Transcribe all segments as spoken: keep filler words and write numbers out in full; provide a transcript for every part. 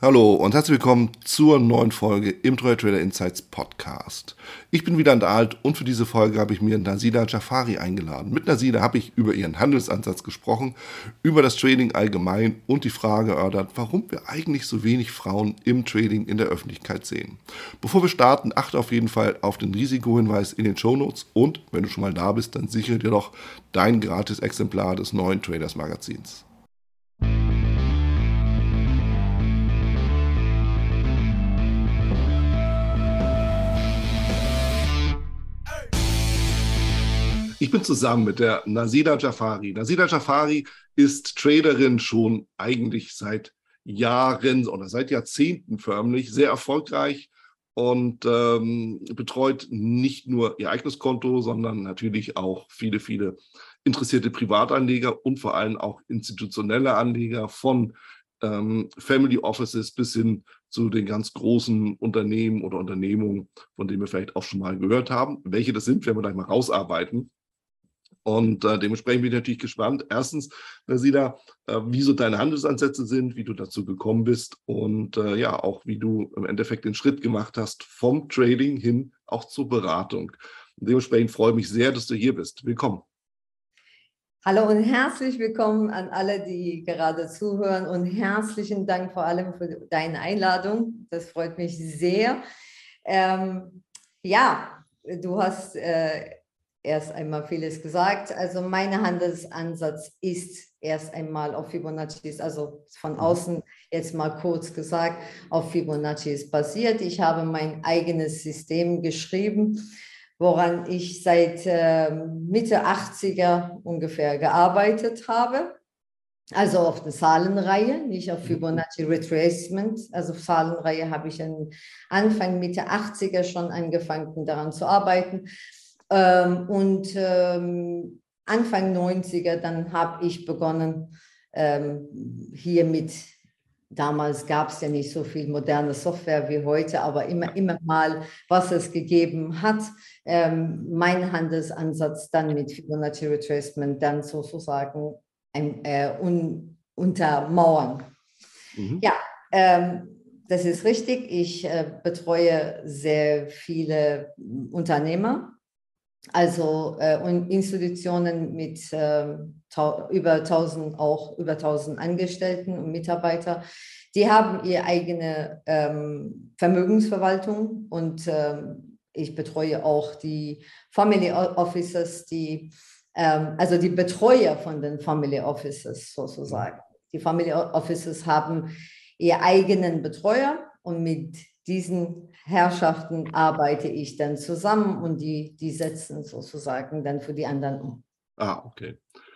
Hallo und herzlich willkommen zur neuen Folge im Treuer Trader Insights Podcast. Ich bin wieder an der Alt und für diese Folge habe ich mir Nazida Jafari eingeladen. Mit Nazida habe ich über ihren Handelsansatz gesprochen, über das Trading allgemein und die Frage erörtert, warum wir eigentlich so wenig Frauen im Trading in der Öffentlichkeit sehen. Bevor wir starten, achte auf jeden Fall auf den Risikohinweis in den Shownotes und wenn du schon mal da bist, dann sichere dir doch dein gratis Exemplar des neuen Traders Magazins. Ich bin zusammen mit der Nazida Jafari. Nazida Jafari ist Traderin schon eigentlich seit Jahren oder seit Jahrzehnten förmlich, sehr erfolgreich und ähm, betreut nicht nur ihr eigenes Konto, sondern natürlich auch viele, viele interessierte Privatanleger und vor allem auch institutionelle Anleger von ähm, Family Offices bis hin zu den ganz großen Unternehmen oder Unternehmungen, von denen wir vielleicht auch schon mal gehört haben. Welche das sind, werden wir gleich mal rausarbeiten. Und äh, dementsprechend bin ich natürlich gespannt. Erstens, Nasida, äh, wie so deine Handelsansätze sind, wie du dazu gekommen bist und äh, ja, auch wie du im Endeffekt den Schritt gemacht hast vom Trading hin auch zur Beratung. Und dementsprechend freue ich mich sehr, dass du hier bist. Willkommen. Hallo und herzlich willkommen an alle, die gerade zuhören und herzlichen Dank vor allem für deine Einladung. Das freut mich sehr. Ähm, ja, du hast äh, erst einmal vieles gesagt. Also mein Handelsansatz ist erst einmal auf Fibonacci, also von außen jetzt mal kurz gesagt, auf Fibonacci basiert. Ich habe mein eigenes System geschrieben, woran ich seit äh, Mitte achtziger ungefähr gearbeitet habe. Also auf der Zahlenreihe, nicht auf Fibonacci Retracement. Also Zahlenreihe habe ich in Anfang, Mitte achtziger schon angefangen, daran zu arbeiten. Ähm, und ähm, Anfang neunziger, dann habe ich begonnen, ähm, hier mit, damals gab es ja nicht so viel moderne Software wie heute, aber immer, immer mal, was es gegeben hat, ähm, mein Handelsansatz dann mit Fibonacci Retracement dann sozusagen ein, äh, un, untermauern. Mhm. Ja, ähm, das ist richtig. Ich äh, betreue sehr viele Unternehmer, also äh, und Institutionen mit äh, über tausend, auch über tausend Angestellten und Mitarbeiter. Die haben ihre eigene ähm, Vermögensverwaltung und ähm, ich betreue auch die Family Offices, die, ähm, also die Betreuer von den Family Offices sozusagen. Die Family Offices haben ihre eigenen Betreuer und mit diesen Herrschaften arbeite ich dann zusammen und die, die setzen sozusagen dann für die anderen um. Ah, okay.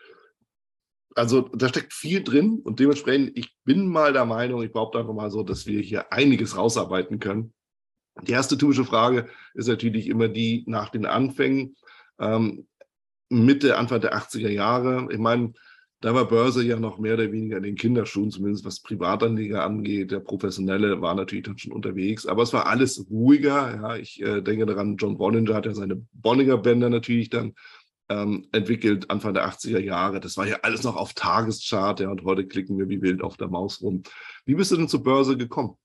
Also da steckt viel drin und dementsprechend, ich bin mal der Meinung, ich behaupte einfach mal so, dass wir hier einiges rausarbeiten können. Die erste typische Frage ist natürlich immer die nach den Anfängen, ähm, Mitte, Anfang der achtziger Jahre. Ich meine, da war Börse ja noch mehr oder weniger in den Kinderschuhen, zumindest was Privatanleger angeht. Der Professionelle war natürlich dann schon unterwegs, aber es war alles ruhiger. Ja, ich äh, denke daran, John Bollinger hat ja seine Bollinger-Bänder natürlich dann ähm, entwickelt, Anfang der achtziger Jahre. Das war ja alles noch auf Tageschart, ja, und heute klicken wir wie wild auf der Maus rum. Wie bist du denn zur Börse gekommen?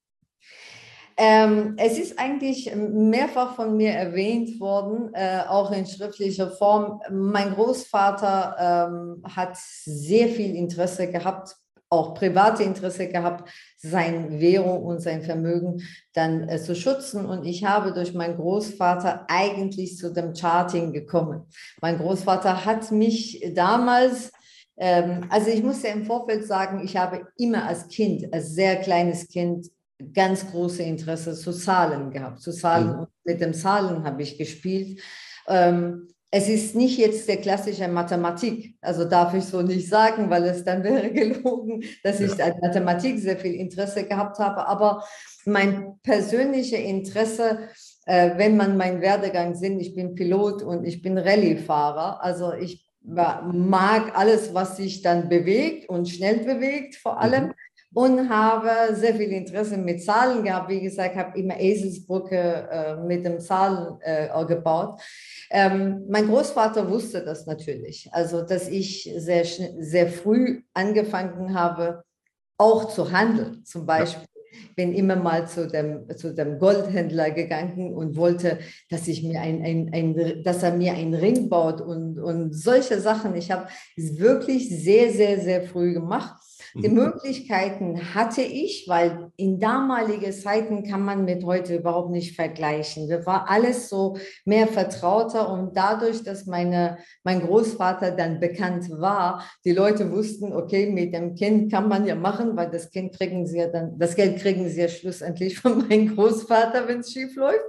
Ähm, es ist eigentlich mehrfach von mir erwähnt worden, äh, auch in schriftlicher Form. Mein Großvater ähm, hat sehr viel Interesse gehabt, auch private Interesse gehabt, seine Währung und sein Vermögen dann äh, zu schützen. Und ich habe durch meinen Großvater eigentlich zu dem Charting gekommen. Mein Großvater hat mich damals, ähm, also ich muss ja im Vorfeld sagen, ich habe immer als Kind, als sehr kleines Kind, ganz große Interesse zu Zahlen gehabt. Zu Zahlen mhm. und mit den Zahlen habe ich gespielt. Ähm, es ist nicht jetzt der klassische Mathematik, also darf ich so nicht sagen, weil es dann wäre gelogen, dass ja. ich an Mathematik sehr viel Interesse gehabt habe, aber mein persönliches Interesse, äh, wenn man meinen Werdegang sieht, ich bin Pilot und ich bin Rallye-Fahrer, also ich mag alles, was sich dann bewegt und schnell bewegt vor allem. Mhm. Und habe sehr viel Interesse mit Zahlen gehabt. Wie gesagt, habe immer Eselsbrücke äh, mit den Zahlen äh, gebaut. Ähm, mein Großvater wusste das natürlich. Also, dass ich sehr, sehr früh angefangen habe, auch zu handeln. Zum Beispiel bin immer mal zu dem, zu dem Goldhändler gegangen und wollte, dass, ich mir ein, ein, ein, dass er mir einen Ring baut und, und solche Sachen. Ich habe es wirklich sehr, sehr, sehr früh gemacht. Die Mhm. Möglichkeiten hatte ich, weil in damaligen Zeiten kann man mit heute überhaupt nicht vergleichen. Das war alles so mehr vertrauter und dadurch, dass meine, mein Großvater dann bekannt war, die Leute wussten, okay, mit dem Kind kann man ja machen, weil das Kind kriegen sie ja dann, das Geld kriegen sie ja schlussendlich von meinem Großvater, wenn es schief läuft.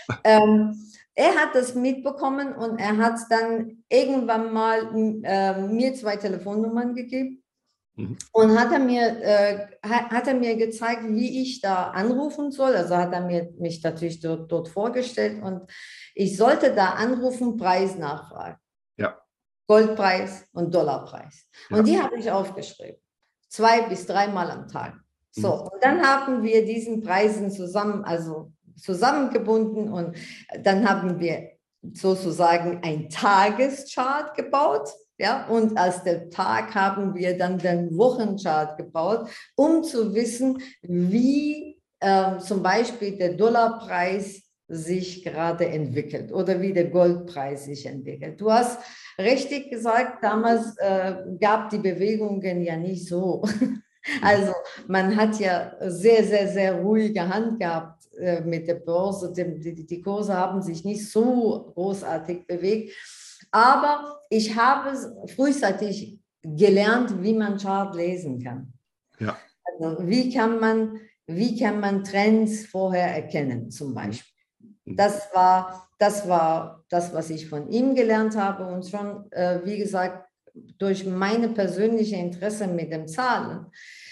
Ähm, er hat das mitbekommen und er hat dann irgendwann mal äh, mir zwei Telefonnummern gegeben. Mhm. Und hat er, mir, äh, hat er mir gezeigt, wie ich da anrufen soll. Also hat er mir, mich natürlich dort, dort vorgestellt und ich sollte da anrufen, Preis nachfragen. Ja. Goldpreis und Dollarpreis. Ja. Und die habe ich aufgeschrieben. Zwei bis dreimal am Tag. So, Mhm. und dann haben wir diesen Preisen zusammen, also zusammengebunden und dann haben wir sozusagen ein Tageschart gebaut. Ja, und als der Tag haben wir dann den Wochenchart gebaut, um zu wissen, wie äh, zum Beispiel der Dollarpreis sich gerade entwickelt oder wie der Goldpreis sich entwickelt. Du hast richtig gesagt, damals äh, gab die Bewegungen ja nicht so. Also man hat ja sehr, sehr, sehr ruhige Hand gehabt äh, mit der Börse. Die, die, die Kurse haben sich nicht so großartig bewegt. Aber ich habe frühzeitig gelernt, wie man Chart lesen kann. Ja. Also wie kann man, wie kann man Trends vorher erkennen, zum Beispiel. Mhm. Das war, das war das, was ich von ihm gelernt habe. Und schon, äh, wie gesagt, durch meine persönliche Interesse mit den Zahlen,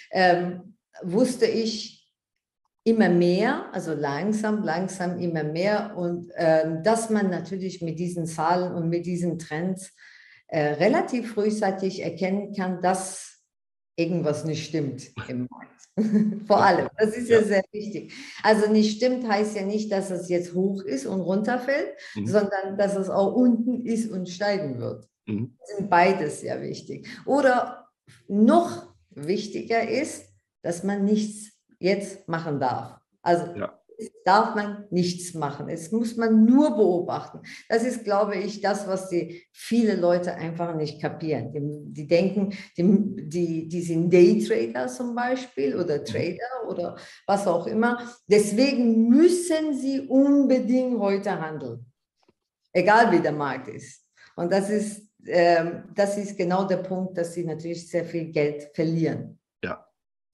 ähm, wusste ich, immer mehr, also langsam, langsam immer mehr und ähm, dass man natürlich mit diesen Zahlen und mit diesen Trends äh, relativ frühzeitig erkennen kann, dass irgendwas nicht stimmt im Markt. Vor allem, das ist ja. ja sehr wichtig. Also nicht stimmt heißt ja nicht, dass es jetzt hoch ist und runterfällt, mhm. sondern dass es auch unten ist und steigen wird. Mhm. Das sind beides ja wichtig. Oder noch wichtiger ist, dass man nichts jetzt machen darf. Also ja. darf man nichts machen. Es muss man nur beobachten. Das ist, glaube ich, das, was die viele Leute einfach nicht kapieren. Die, die denken, die, die, die sind Daytrader zum Beispiel oder Trader oder was auch immer. Deswegen müssen sie unbedingt heute handeln. Egal wie der Markt ist. Und das ist, ähm, das ist genau der Punkt, dass sie natürlich sehr viel Geld verlieren. Ja.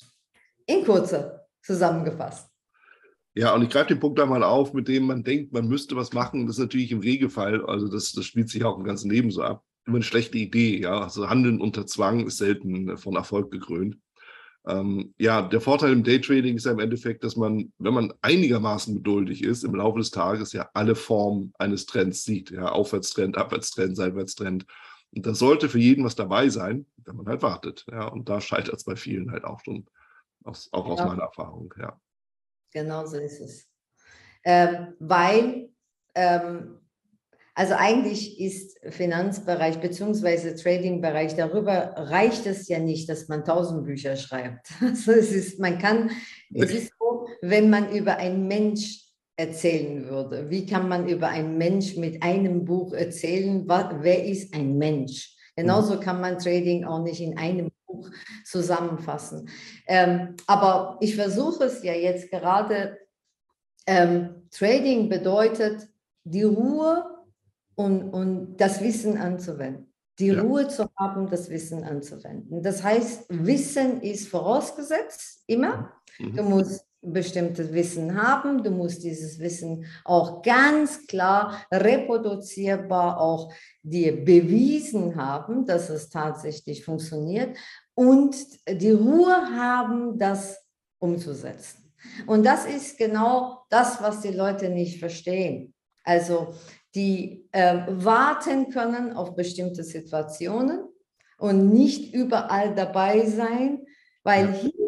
In kurzer zusammengefasst. Ja, und ich greife den Punkt einmal auf, mit dem man denkt, man müsste was machen. Das ist natürlich im Regelfall, also das, das spielt sich auch im ganzen Leben so ab, immer eine schlechte Idee. Ja, also Handeln unter Zwang ist selten von Erfolg gekrönt. Ähm, ja, der Vorteil im Daytrading ist ja im Endeffekt, dass man, wenn man einigermaßen geduldig ist, im Laufe des Tages ja alle Formen eines Trends sieht. Ja, Aufwärtstrend, Abwärtstrend, Seitwärtstrend. Und da sollte für jeden was dabei sein, wenn man halt wartet. Ja, und da scheitert es bei vielen halt auch schon, aus, auch aus ja. meiner Erfahrung. Ja. Genau so ist es. Ähm, weil, ähm, also eigentlich ist Finanzbereich bzw. Tradingbereich, darüber reicht es ja nicht, dass man tausend Bücher schreibt. Also es ist, man kann, es ist so, wenn man über einen Mensch erzählen würde. Wie kann man über einen Mensch mit einem Buch erzählen? Was, wer ist ein Mensch? Genauso kann man Trading auch nicht in einem Buch zusammenfassen. Ähm, aber ich versuche es ja jetzt gerade. Ähm, Trading bedeutet, die Ruhe und, und das Wissen anzuwenden. Die ja. Ruhe zu haben, das Wissen anzuwenden. Das heißt, Wissen ist vorausgesetzt, immer. Mhm. Du musst bestimmtes Wissen haben, du musst dieses Wissen auch ganz klar reproduzierbar auch dir bewiesen haben, dass es tatsächlich funktioniert und die Ruhe haben, das umzusetzen. Und das ist genau das, was die Leute nicht verstehen. Also die äh, warten können auf bestimmte Situationen und nicht überall dabei sein, weil ja.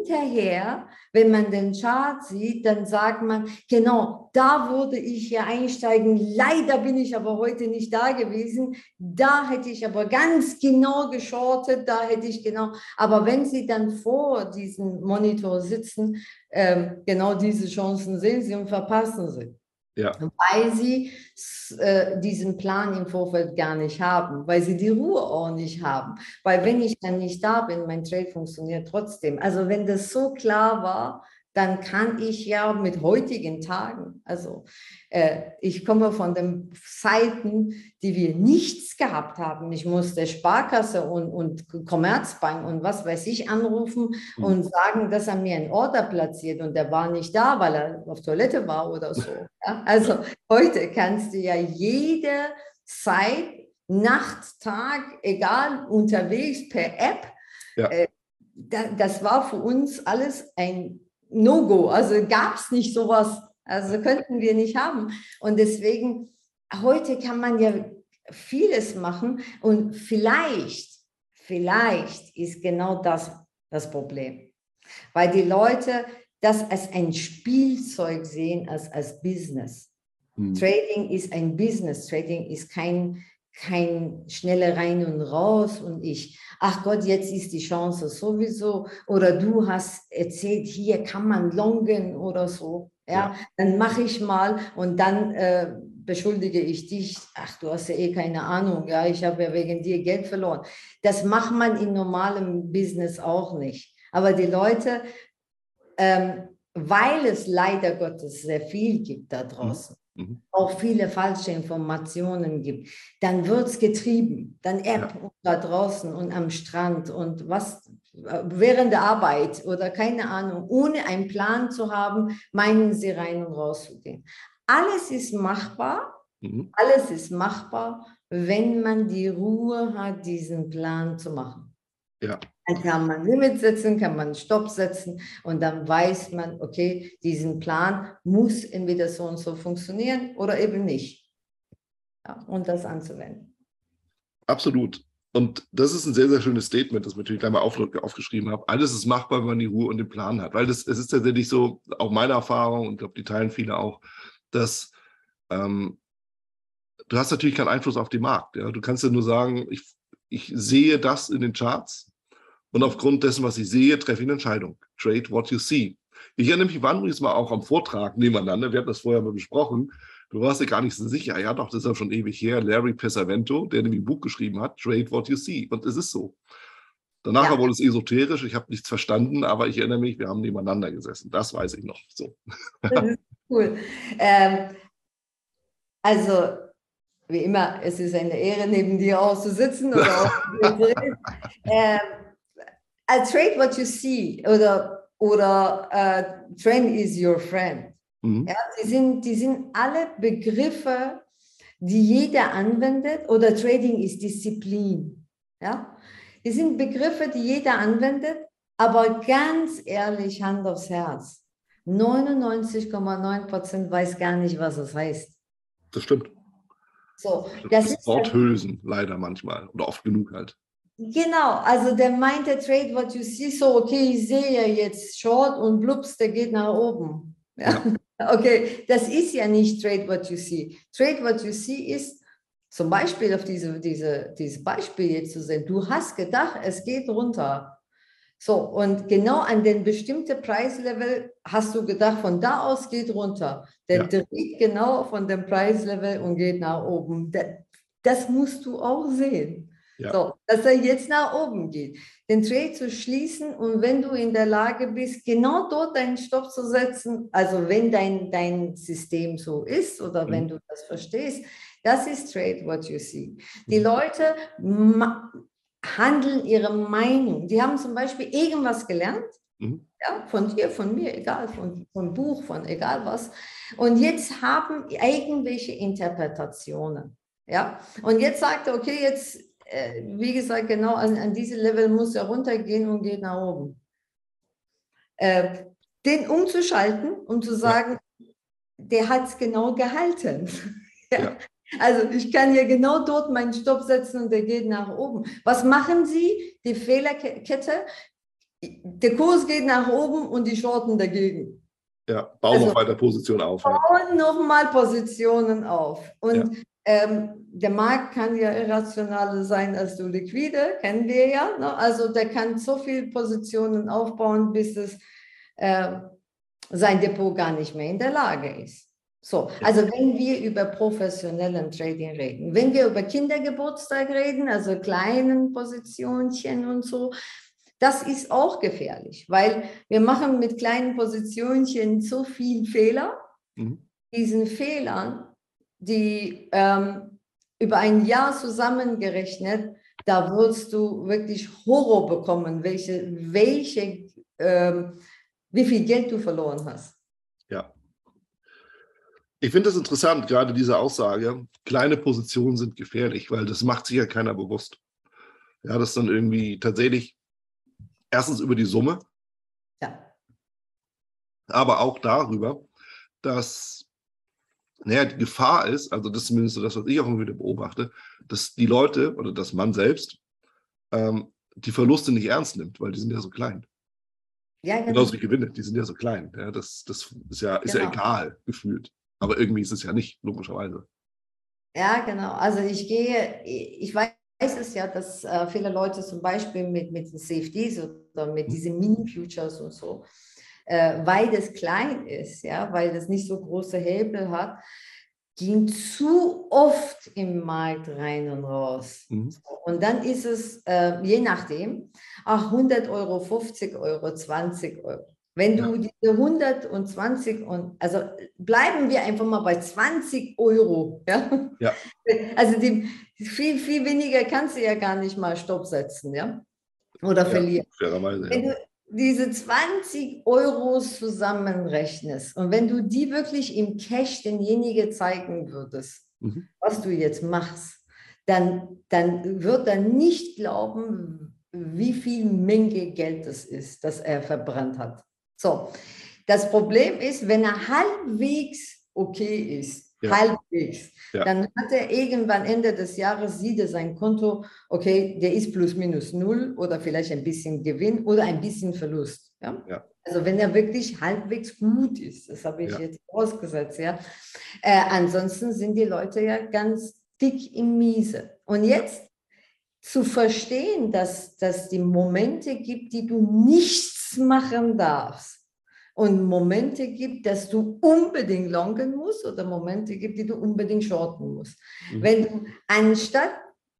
hinterher, wenn man den Chart sieht, dann sagt man, genau, da würde ich hier einsteigen. Leider bin ich aber heute nicht da gewesen. Da hätte ich aber ganz genau geschortet, da hätte ich genau. Aber wenn Sie dann vor diesem Monitor sitzen, ähm, genau diese Chancen sehen Sie und verpassen sie. Ja. Weil sie äh, diesen Plan im Vorfeld gar nicht haben, weil sie die Ruhe auch nicht haben. Weil wenn ich dann nicht da bin, mein Trade funktioniert trotzdem. Also wenn das so klar war, dann kann ich ja mit heutigen Tagen, also äh, ich komme von den Zeiten, die wir nichts gehabt haben. Ich musste Sparkasse und, und Commerzbank und was weiß ich anrufen mhm. und sagen, dass er mir einen Order platziert und der war nicht da, weil er auf Toilette war oder so. Ja? Also heute kannst du ja jede Zeit, Nacht, Tag, egal, unterwegs per App. Ja. Äh, da, das war für uns alles ein No-Go, also gab es nicht sowas, also könnten wir nicht haben. Und deswegen, heute kann man ja vieles machen und vielleicht, vielleicht ist genau das das Problem, weil die Leute das als ein Spielzeug sehen, als als Business. Hm. Trading ist ein Business, Trading ist kein kein schnelle rein und raus und ich, ach Gott, jetzt ist die Chance sowieso oder du hast erzählt, hier kann man longen oder so, ja, ja. Dann mache ich mal und dann äh, beschuldige ich dich, ach, du hast ja eh keine Ahnung, ja, ich habe ja wegen dir Geld verloren. Das macht man in normalem Business auch nicht, aber die Leute, ähm, weil es leider Gottes sehr viel gibt da draußen, mhm. auch viele falsche Informationen gibt, dann wird es getrieben, dann App ja. da draußen und am Strand und was während der Arbeit oder keine Ahnung, ohne einen Plan zu haben, meinen sie rein und raus zu gehen. Alles ist machbar, mhm. alles ist machbar, wenn man die Ruhe hat, diesen Plan zu machen. Ja. Dann kann man Limit setzen, kann man Stopp setzen und dann weiß man, okay, diesen Plan muss entweder so und so funktionieren oder eben nicht. Ja, und das anzuwenden. Absolut. Und das ist ein sehr, sehr schönes Statement, das ich natürlich gleich mal auf, aufgeschrieben habe. Alles ist machbar, wenn man die Ruhe und den Plan hat. Weil das, es ist tatsächlich so, auch meine Erfahrung, und ich glaube, die teilen viele auch, dass ähm, du hast natürlich keinen Einfluss auf den Markt. Ja? Du kannst ja nur sagen, ich, ich sehe das in den Charts. Und aufgrund dessen, was ich sehe, treffe ich eine Entscheidung. Trade what you see. Ich erinnere mich, wir waren übrigens mal auch am Vortrag nebeneinander. Wir hatten das vorher mal besprochen. Du warst dir gar nicht so sicher. Ja, doch, das ist ja schon ewig her. Larry Pesavento, der nämlich ein Buch geschrieben hat, Trade what you see. Und es ist so. Danach ja. wurde es esoterisch. Ich habe nichts verstanden, aber ich erinnere mich, wir haben nebeneinander gesessen. Das weiß ich noch. So. Das ist cool. Ähm, also, wie immer, es ist eine Ehre, neben dir auch zu sitzen oder auch ähm, I trade what you see oder, oder uh, trend is your friend. Mhm. Ja, die, sind, die sind alle Begriffe, die jeder anwendet oder Trading ist Disziplin. Ja? Die sind Begriffe, die jeder anwendet, aber ganz ehrlich, Hand aufs Herz, neunundneunzig Komma neun Prozent weiß gar nicht, was es heißt. Das stimmt. So, das, das ist Worthülsen leider manchmal oder oft genug halt. Genau, also der meinte Trade what you see, so okay, ich sehe ja jetzt Short und blups, der geht nach oben. Ja? Ja. Okay, das ist ja nicht Trade what you see. Trade what you see ist zum Beispiel auf diese, diese, dieses Beispiel jetzt zu sehen, du hast gedacht, es geht runter. So, und genau an den bestimmten Preislevel hast du gedacht, von da aus geht runter. Der ja. dreht genau von dem Preislevel und geht nach oben. Das, das musst du auch sehen. Ja. So, dass er jetzt nach oben geht, den Trade zu schließen und wenn du in der Lage bist, genau dort deinen Stopp zu setzen, also wenn dein, dein System so ist oder mhm. wenn du das verstehst, das ist Trade what you see. Die mhm. Leute handeln ihre Meinung. Die haben zum Beispiel irgendwas gelernt, mhm. ja, von dir, von mir, egal, von, von Buch, von egal was. Und jetzt haben irgendwelche Interpretationen. Ja? Und jetzt sagt er, okay, jetzt wie gesagt, genau an, an diese Level muss er runtergehen und geht nach oben. Äh, den umzuschalten und zu sagen, ja. der hat es genau gehalten. ja. Ja. Also ich kann hier genau dort meinen Stopp setzen und der geht nach oben. Was machen Sie? Die Fehlerkette, der Kurs geht nach oben und die Shorten dagegen. Ja, bauen also, noch weiter Positionen auf. Bauen ja. nochmal Positionen auf. Und ja. ähm, der Markt kann ja irrationaler sein als du liquide, kennen wir ja. Ne? Also der kann so viele Positionen aufbauen, bis es äh, sein Depot gar nicht mehr in der Lage ist. So, also wenn wir über professionellen Trading reden, wenn wir über Kindergeburtstag reden, also kleinen Positionchen und so, das ist auch gefährlich, weil wir machen mit kleinen Positionchen so viel Fehler. Mhm. Diesen Fehlern, die ähm, über ein Jahr zusammengerechnet, da wirst du wirklich Horror bekommen, welche, welche, ähm, wie viel Geld du verloren hast. Ja. Ich finde das interessant, gerade diese Aussage, kleine Positionen sind gefährlich, weil das macht sich ja keiner bewusst. Ja, das ist dann irgendwie tatsächlich erstens über die Summe, ja. aber auch darüber, dass naja, die Gefahr ist, also das ist zumindest so das, was ich auch immer wieder beobachte, dass die Leute oder dass man selbst ähm, die Verluste nicht ernst nimmt, weil die sind ja so klein. Ja, genau. Genauso wie Gewinne, die sind ja so klein. Ja, das, das ist, ja, ist genau. ja egal, gefühlt. Aber irgendwie ist es ja nicht, logischerweise. Ja, genau. Also ich gehe, ich weiß es ja, dass äh, viele Leute zum Beispiel mit, mit den C F Ds oder mit diesen Mini-Futures und so, äh, weil das klein ist, ja, weil das nicht so große Hebel hat, gehen zu oft im Markt rein und raus. Mhm. Und dann ist es, äh, je nachdem, ach, hundert Euro, fünfzig Euro, zwanzig Euro. Wenn du ja. diese hundertzwanzig und, also bleiben wir einfach mal bei zwanzig Euro, ja? Ja. Also die, viel, viel weniger kannst du ja gar nicht mal Stopp setzen, ja? Oder ja, verlieren. Fairerweise, wenn ja. du diese zwanzig Euro zusammenrechnest und wenn du die wirklich im Cash denjenigen zeigen würdest, mhm. was du jetzt machst, dann, dann wird er nicht glauben, wie viel Menge Geld es ist, das er verbrannt hat. So, das Problem ist, wenn er halbwegs okay ist, ja. halbwegs, ja. dann hat er irgendwann Ende des Jahres, sieht er sein Konto, okay, der ist plus minus null oder vielleicht ein bisschen Gewinn oder ein bisschen Verlust. Ja? Ja. Also wenn er wirklich halbwegs gut ist, das habe ich ja. jetzt ausgesetzt. Ja? Äh, ansonsten sind die Leute ja ganz dick im Miese. Und jetzt zu verstehen, dass es die Momente gibt, die du nichts machen darfst und Momente gibt, dass du unbedingt longen musst oder Momente gibt, die du unbedingt shorten musst. Mhm. Wenn du anstatt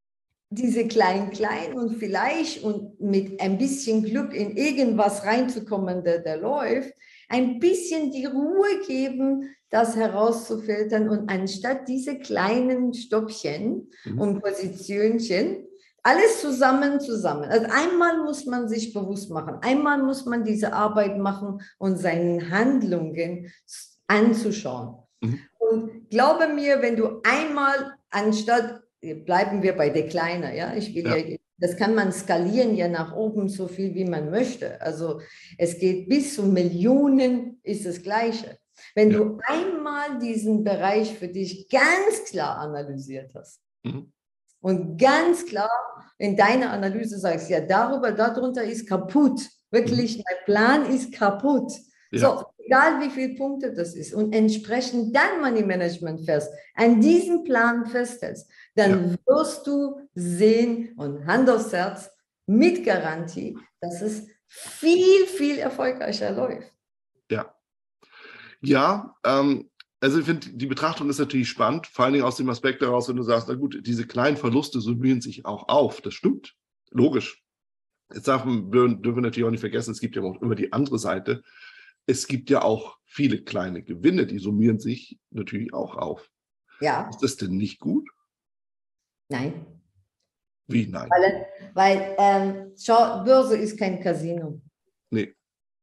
diese klein-klein und vielleicht und mit ein bisschen Glück in irgendwas reinzukommen, der, der läuft, ein bisschen die Ruhe geben, das herauszufiltern und anstatt diese kleinen Stoppchen mhm. und Positionchen, alles zusammen, zusammen. Also einmal muss man sich bewusst machen, einmal muss man diese Arbeit machen und seinen Handlungen anzuschauen. Mhm. Und glaube mir, wenn du einmal anstatt, bleiben wir bei der Kleiner, ja, ich will ja. ja, das kann man skalieren ja nach oben so viel, wie man möchte. Also es geht bis zu Millionen, ist das Gleiche. Wenn ja. du einmal diesen Bereich für dich ganz klar analysiert hast, mhm. und ganz klar in deiner Analyse sagst, ja, darüber, darunter ist kaputt. Wirklich, mhm. mein Plan ist kaputt. Ja. So, egal wie viele Punkte das ist. Und entsprechend dann Money Management fest, an diesem Plan festhältst, dann ja. wirst du sehen und Hand aufs Herz mit Garantie, dass es viel, viel erfolgreicher läuft. Ja. Ja, ähm, also ich finde, die Betrachtung ist natürlich spannend, vor allen Dingen aus dem Aspekt heraus, wenn du sagst, na gut, diese kleinen Verluste summieren sich auch auf. Das stimmt, logisch. Jetzt dürfen wir, dürfen wir natürlich auch nicht vergessen, es gibt ja auch immer die andere Seite. Es gibt ja auch viele kleine Gewinne, die summieren sich natürlich auch auf. Ja. Ist das denn nicht gut? Nein. Wie nein? Weil, weil ähm, schau, Börse ist kein Casino. Nee.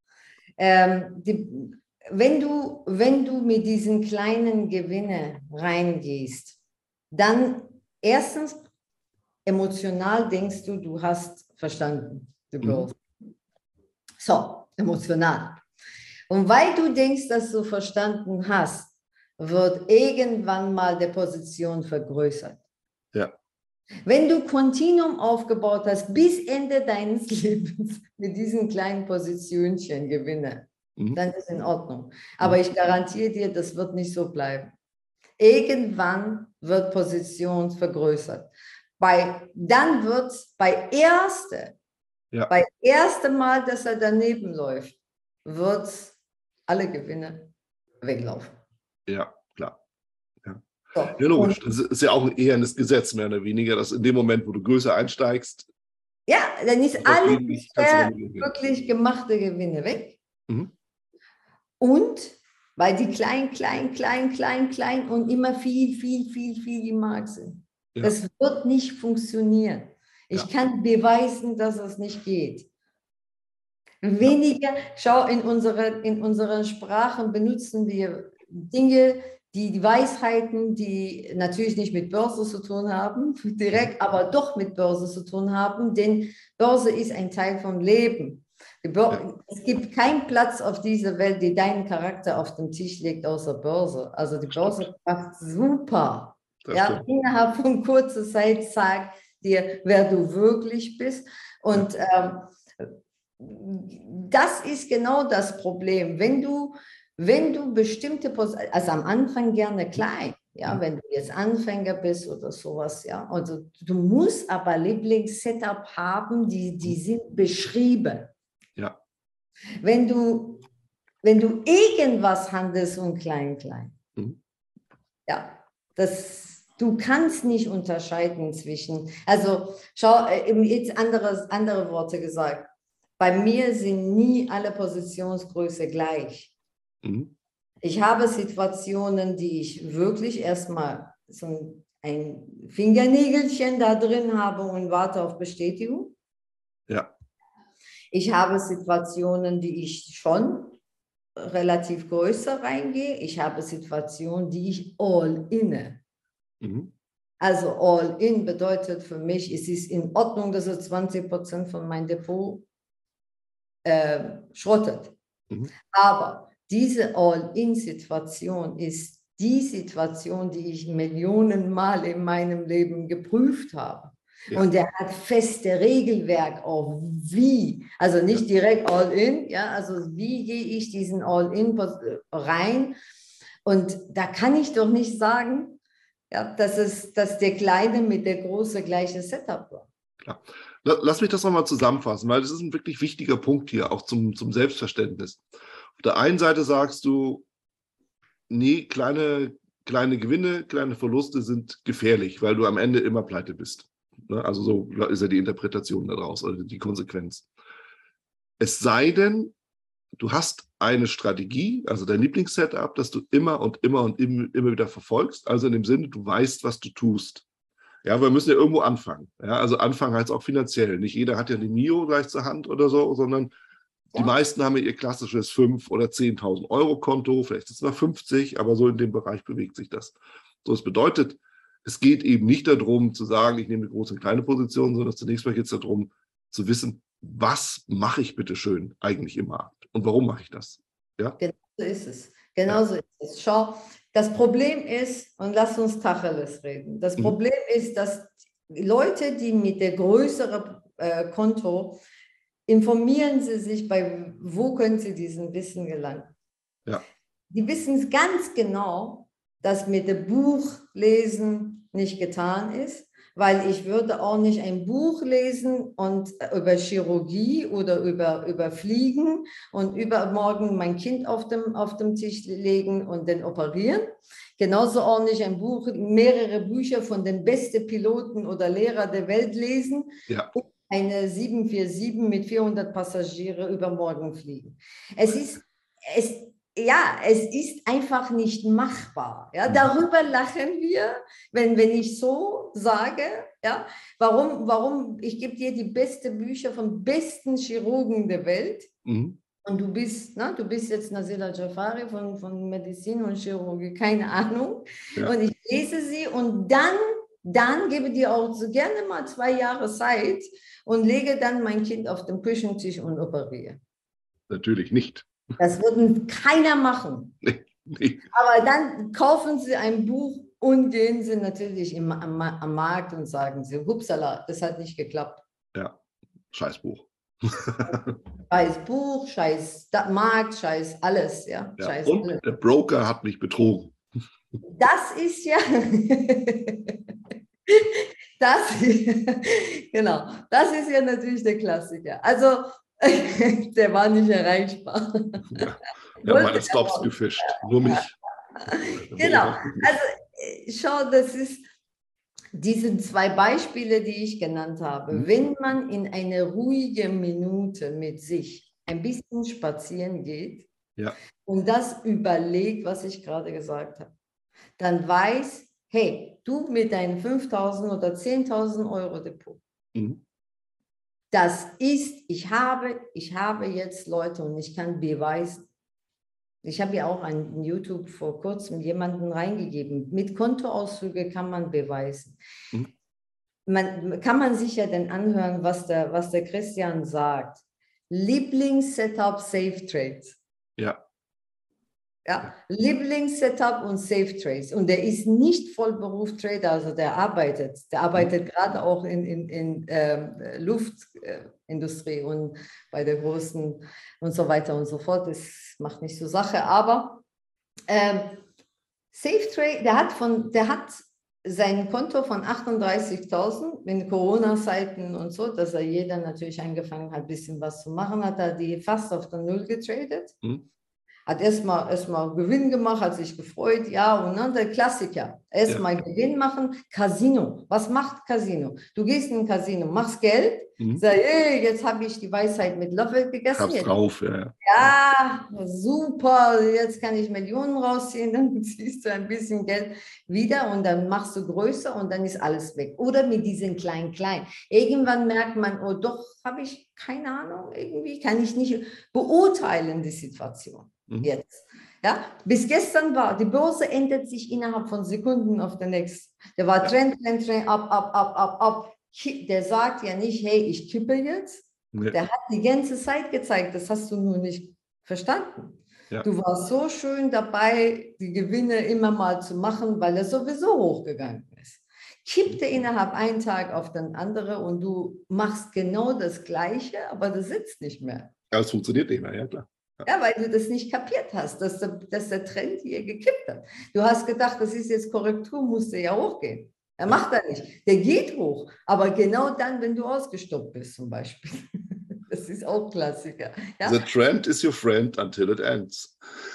Ähm, die, Wenn du, wenn du mit diesen kleinen Gewinnen reingehst, dann erstens emotional denkst du, du hast verstanden, die Börse. Mhm. So, emotional. Und weil du denkst, dass du verstanden hast, wird irgendwann mal die Position vergrößert. Ja. Wenn du Kontinuum aufgebaut hast bis Ende deines Lebens mit diesen kleinen Positionchen Gewinne, mhm. dann ist in Ordnung. Aber mhm. ich garantiere dir, das wird nicht so bleiben. Irgendwann wird Position vergrößert. Bei, dann wird es bei erste, ja. bei erste Mal, dass er daneben läuft, wird alle Gewinne weglaufen. Ja, klar. Ja, so. Ja, logisch. Das ist ja auch ein ehernes Gesetz, mehr oder weniger, dass in dem Moment, wo du größer einsteigst, ja, dann ist alles wirklich gemachte Gewinne weg. Mhm. Und weil die klein, klein, klein, klein, klein und immer viel, viel, viel, viel im Markt sind. Ja. Das wird nicht funktionieren. Ich ja. kann beweisen, dass es nicht geht. Weniger, schau, in, unsere, in unseren Sprachen benutzen wir Dinge, die, die Weisheiten, die natürlich nicht mit Börse zu tun haben, direkt, aber doch mit Börse zu tun haben, denn Börse ist ein Teil vom Leben. Ja. Es gibt keinen Platz auf dieser Welt, der deinen Charakter auf den Tisch legt, außer Börse. Also die Börse macht super. Ja, innerhalb von kurzer Zeit sagt dir, wer du wirklich bist. Und ja. ähm, das ist genau das Problem. Wenn du, wenn du bestimmte, also am Anfang gerne klein, ja, wenn du jetzt Anfänger bist oder sowas, ja, also du musst aber Lieblings-Setup haben, die, die sind beschrieben. Ja. Wenn du, wenn du irgendwas handelst und klein, klein, mhm. ja, das, du kannst nicht unterscheiden zwischen, also schau, jetzt andere, andere Worte gesagt, bei mir sind nie alle Positionsgröße gleich. Mhm. Ich habe Situationen, die ich wirklich erstmal so ein Fingernägelchen da drin habe und warte auf Bestätigung. Ja. Ich habe Situationen, die ich schon relativ größer reingehe. Ich habe Situationen, die ich all inne. Mhm. Also all in bedeutet für mich, es ist in Ordnung, dass er zwanzig Prozent von meinem Depot äh, schrottet. Mhm. Aber diese All-in-Situation ist die Situation, die ich Millionen Mal in meinem Leben geprüft habe. Ja. Und der hat feste Regelwerk auch wie, also nicht direkt All-in, ja, also wie gehe ich diesen All-in rein? Und da kann ich doch nicht sagen, ja, dass, es, dass der Kleine mit der Große gleiche Setup war. Klar. Lass mich das nochmal zusammenfassen, weil das ist ein wirklich wichtiger Punkt hier, auch zum, zum Selbstverständnis. Auf der einen Seite sagst du, nee, kleine, kleine Gewinne, kleine Verluste sind gefährlich, weil du am Ende immer pleite bist. Also so ist ja die Interpretation daraus, oder die Konsequenz. Es sei denn, du hast eine Strategie, also dein Lieblingssetup, das du immer und immer und immer wieder verfolgst. Also in dem Sinne, du weißt, was du tust. Ja, wir müssen ja irgendwo anfangen. Ja, also anfangen heißt auch finanziell. Nicht jeder hat ja die Mio gleich zur Hand oder so, sondern ja. Die meisten haben ja ihr klassisches fünftausend oder zehntausend Euro Konto, vielleicht ist es mal fünfzig, aber so in dem Bereich bewegt sich das. So, das bedeutet, es geht eben nicht darum zu sagen, ich nehme eine große und kleine Position, sondern zunächst mal geht es darum zu wissen, was mache ich bitte schön eigentlich im Markt und warum mache ich das? Ja? Genau so ist es. Genau so ist es. Schau, das Problem ist, und lass uns Tacheles reden, das Problem mhm. ist, dass Leute, die mit der größeren äh, Konto, informieren sie sich bei, wo können sie diesen Wissen gelangen. Ja. Die wissen es ganz genau, dass mit dem Buch lesen nicht getan ist, weil ich würde auch nicht ein Buch lesen und über Chirurgie oder über, über Fliegen und übermorgen mein Kind auf dem, auf dem Tisch legen und dann operieren. Genauso auch nicht ein Buch, mehrere Bücher von den besten Piloten oder Lehrer der Welt lesen. Ja. Und eine sieben vier sieben mit vierhundert Passagiere übermorgen fliegen. Es ist, es, ja, es ist einfach nicht machbar. Ja? Darüber lachen wir, wenn, wenn ich so sage, ja? warum, warum, ich gebe dir die besten Bücher von besten Chirurgen der Welt. Mhm. Und du bist, na, du bist jetzt Nazila Jafari von, von Medizin und Chirurgie, keine Ahnung. Ja. Und ich lese sie und dann, dann gebe dir auch so gerne mal zwei Jahre Zeit und lege dann mein Kind auf den Küchentisch und operiere. Natürlich nicht. Das würde keiner machen. Nee, nee. Aber dann kaufen sie ein Buch und gehen sie natürlich im, am, am Markt und sagen sie, hupsala, das hat nicht geklappt. Ja, scheiß Buch. Scheiß Buch, scheiß Markt, scheiß alles, ja. Ja, Scheiß und alles. der Broker hat mich betrogen. Das ist ja, das, genau, das ist ja natürlich der Klassiker. Also, der war nicht erreichbar. Ja, ja, meine Stops gefischt, nur mich. Genau, also schau, das ist diese zwei Beispiele, die ich genannt habe. Mhm. Wenn man in eine ruhige Minute mit sich ein bisschen spazieren geht, ja. und das überlegt, was ich gerade gesagt habe, dann weiß, hey, du mit deinem fünftausend oder zehntausend Euro Depot, Mhm. das ist, ich habe, ich habe jetzt Leute und ich kann beweisen. Ich habe ja auch an YouTube vor kurzem jemanden reingegeben. Mit Kontoauszüge kann man beweisen. Mhm. Man, kann man sich ja dann anhören, was der, was der Christian sagt. Lieblings-Setup, Safe Trades. Ja. Ja, Lieblings-Setup und Safe Trades. Und der ist nicht Vollberuf-Trader, also der arbeitet. Der arbeitet mhm. gerade auch in, in, in ähm, Luftindustrie und bei der großen und so weiter und so fort. Das macht nicht so Sache. Aber ähm, Safe Trade, der hat, von, der hat sein Konto von achtunddreißigtausend in Corona-Zeiten und so, dass er jeder natürlich angefangen hat, ein bisschen was zu machen, hat er die fast auf der Null getradet. Mhm. Hat erstmal erstmal Gewinn gemacht, hat sich gefreut, ja, und dann der Klassiker. Erstmal ja. Gewinn machen, Casino. Was macht Casino? Du gehst in ein Casino, machst Geld, mhm. sagst, hey, jetzt habe ich die Weisheit mit Löffel gegessen. Hab's jetzt. drauf, ja. Ja, super, jetzt kann ich Millionen rausziehen, dann ziehst du ein bisschen Geld wieder und dann machst du größer und dann ist alles weg. Oder mit diesen kleinen, kleinen. Irgendwann merkt man, oh doch, habe ich keine Ahnung, irgendwie kann ich nicht beurteilen, die Situation. Jetzt. Ja, bis gestern war, die Börse ändert sich innerhalb von Sekunden auf der nächsten. Der war Trend, Trend, Trend, ab, ab, ab, ab, ab. Der sagt ja nicht, hey, ich kippe jetzt. Ja. Der hat die ganze Zeit gezeigt, das hast du nur nicht verstanden. Ja. Du warst so schön dabei, die Gewinne immer mal zu machen, weil er sowieso hochgegangen ist. Kippte innerhalb einen Tag auf den anderen und du machst genau das Gleiche, aber das sitzt nicht mehr. Ja, es funktioniert nicht mehr, ja klar. Ja, weil du das nicht kapiert hast, dass der, dass der Trend hier gekippt hat. Du hast gedacht, das ist jetzt Korrektur, musste ja hochgehen. Er ja. macht er nicht. Der geht hoch, aber genau dann, wenn du ausgestoppt bist zum Beispiel. Das ist auch Klassiker. Ja? The trend is your friend until it ends.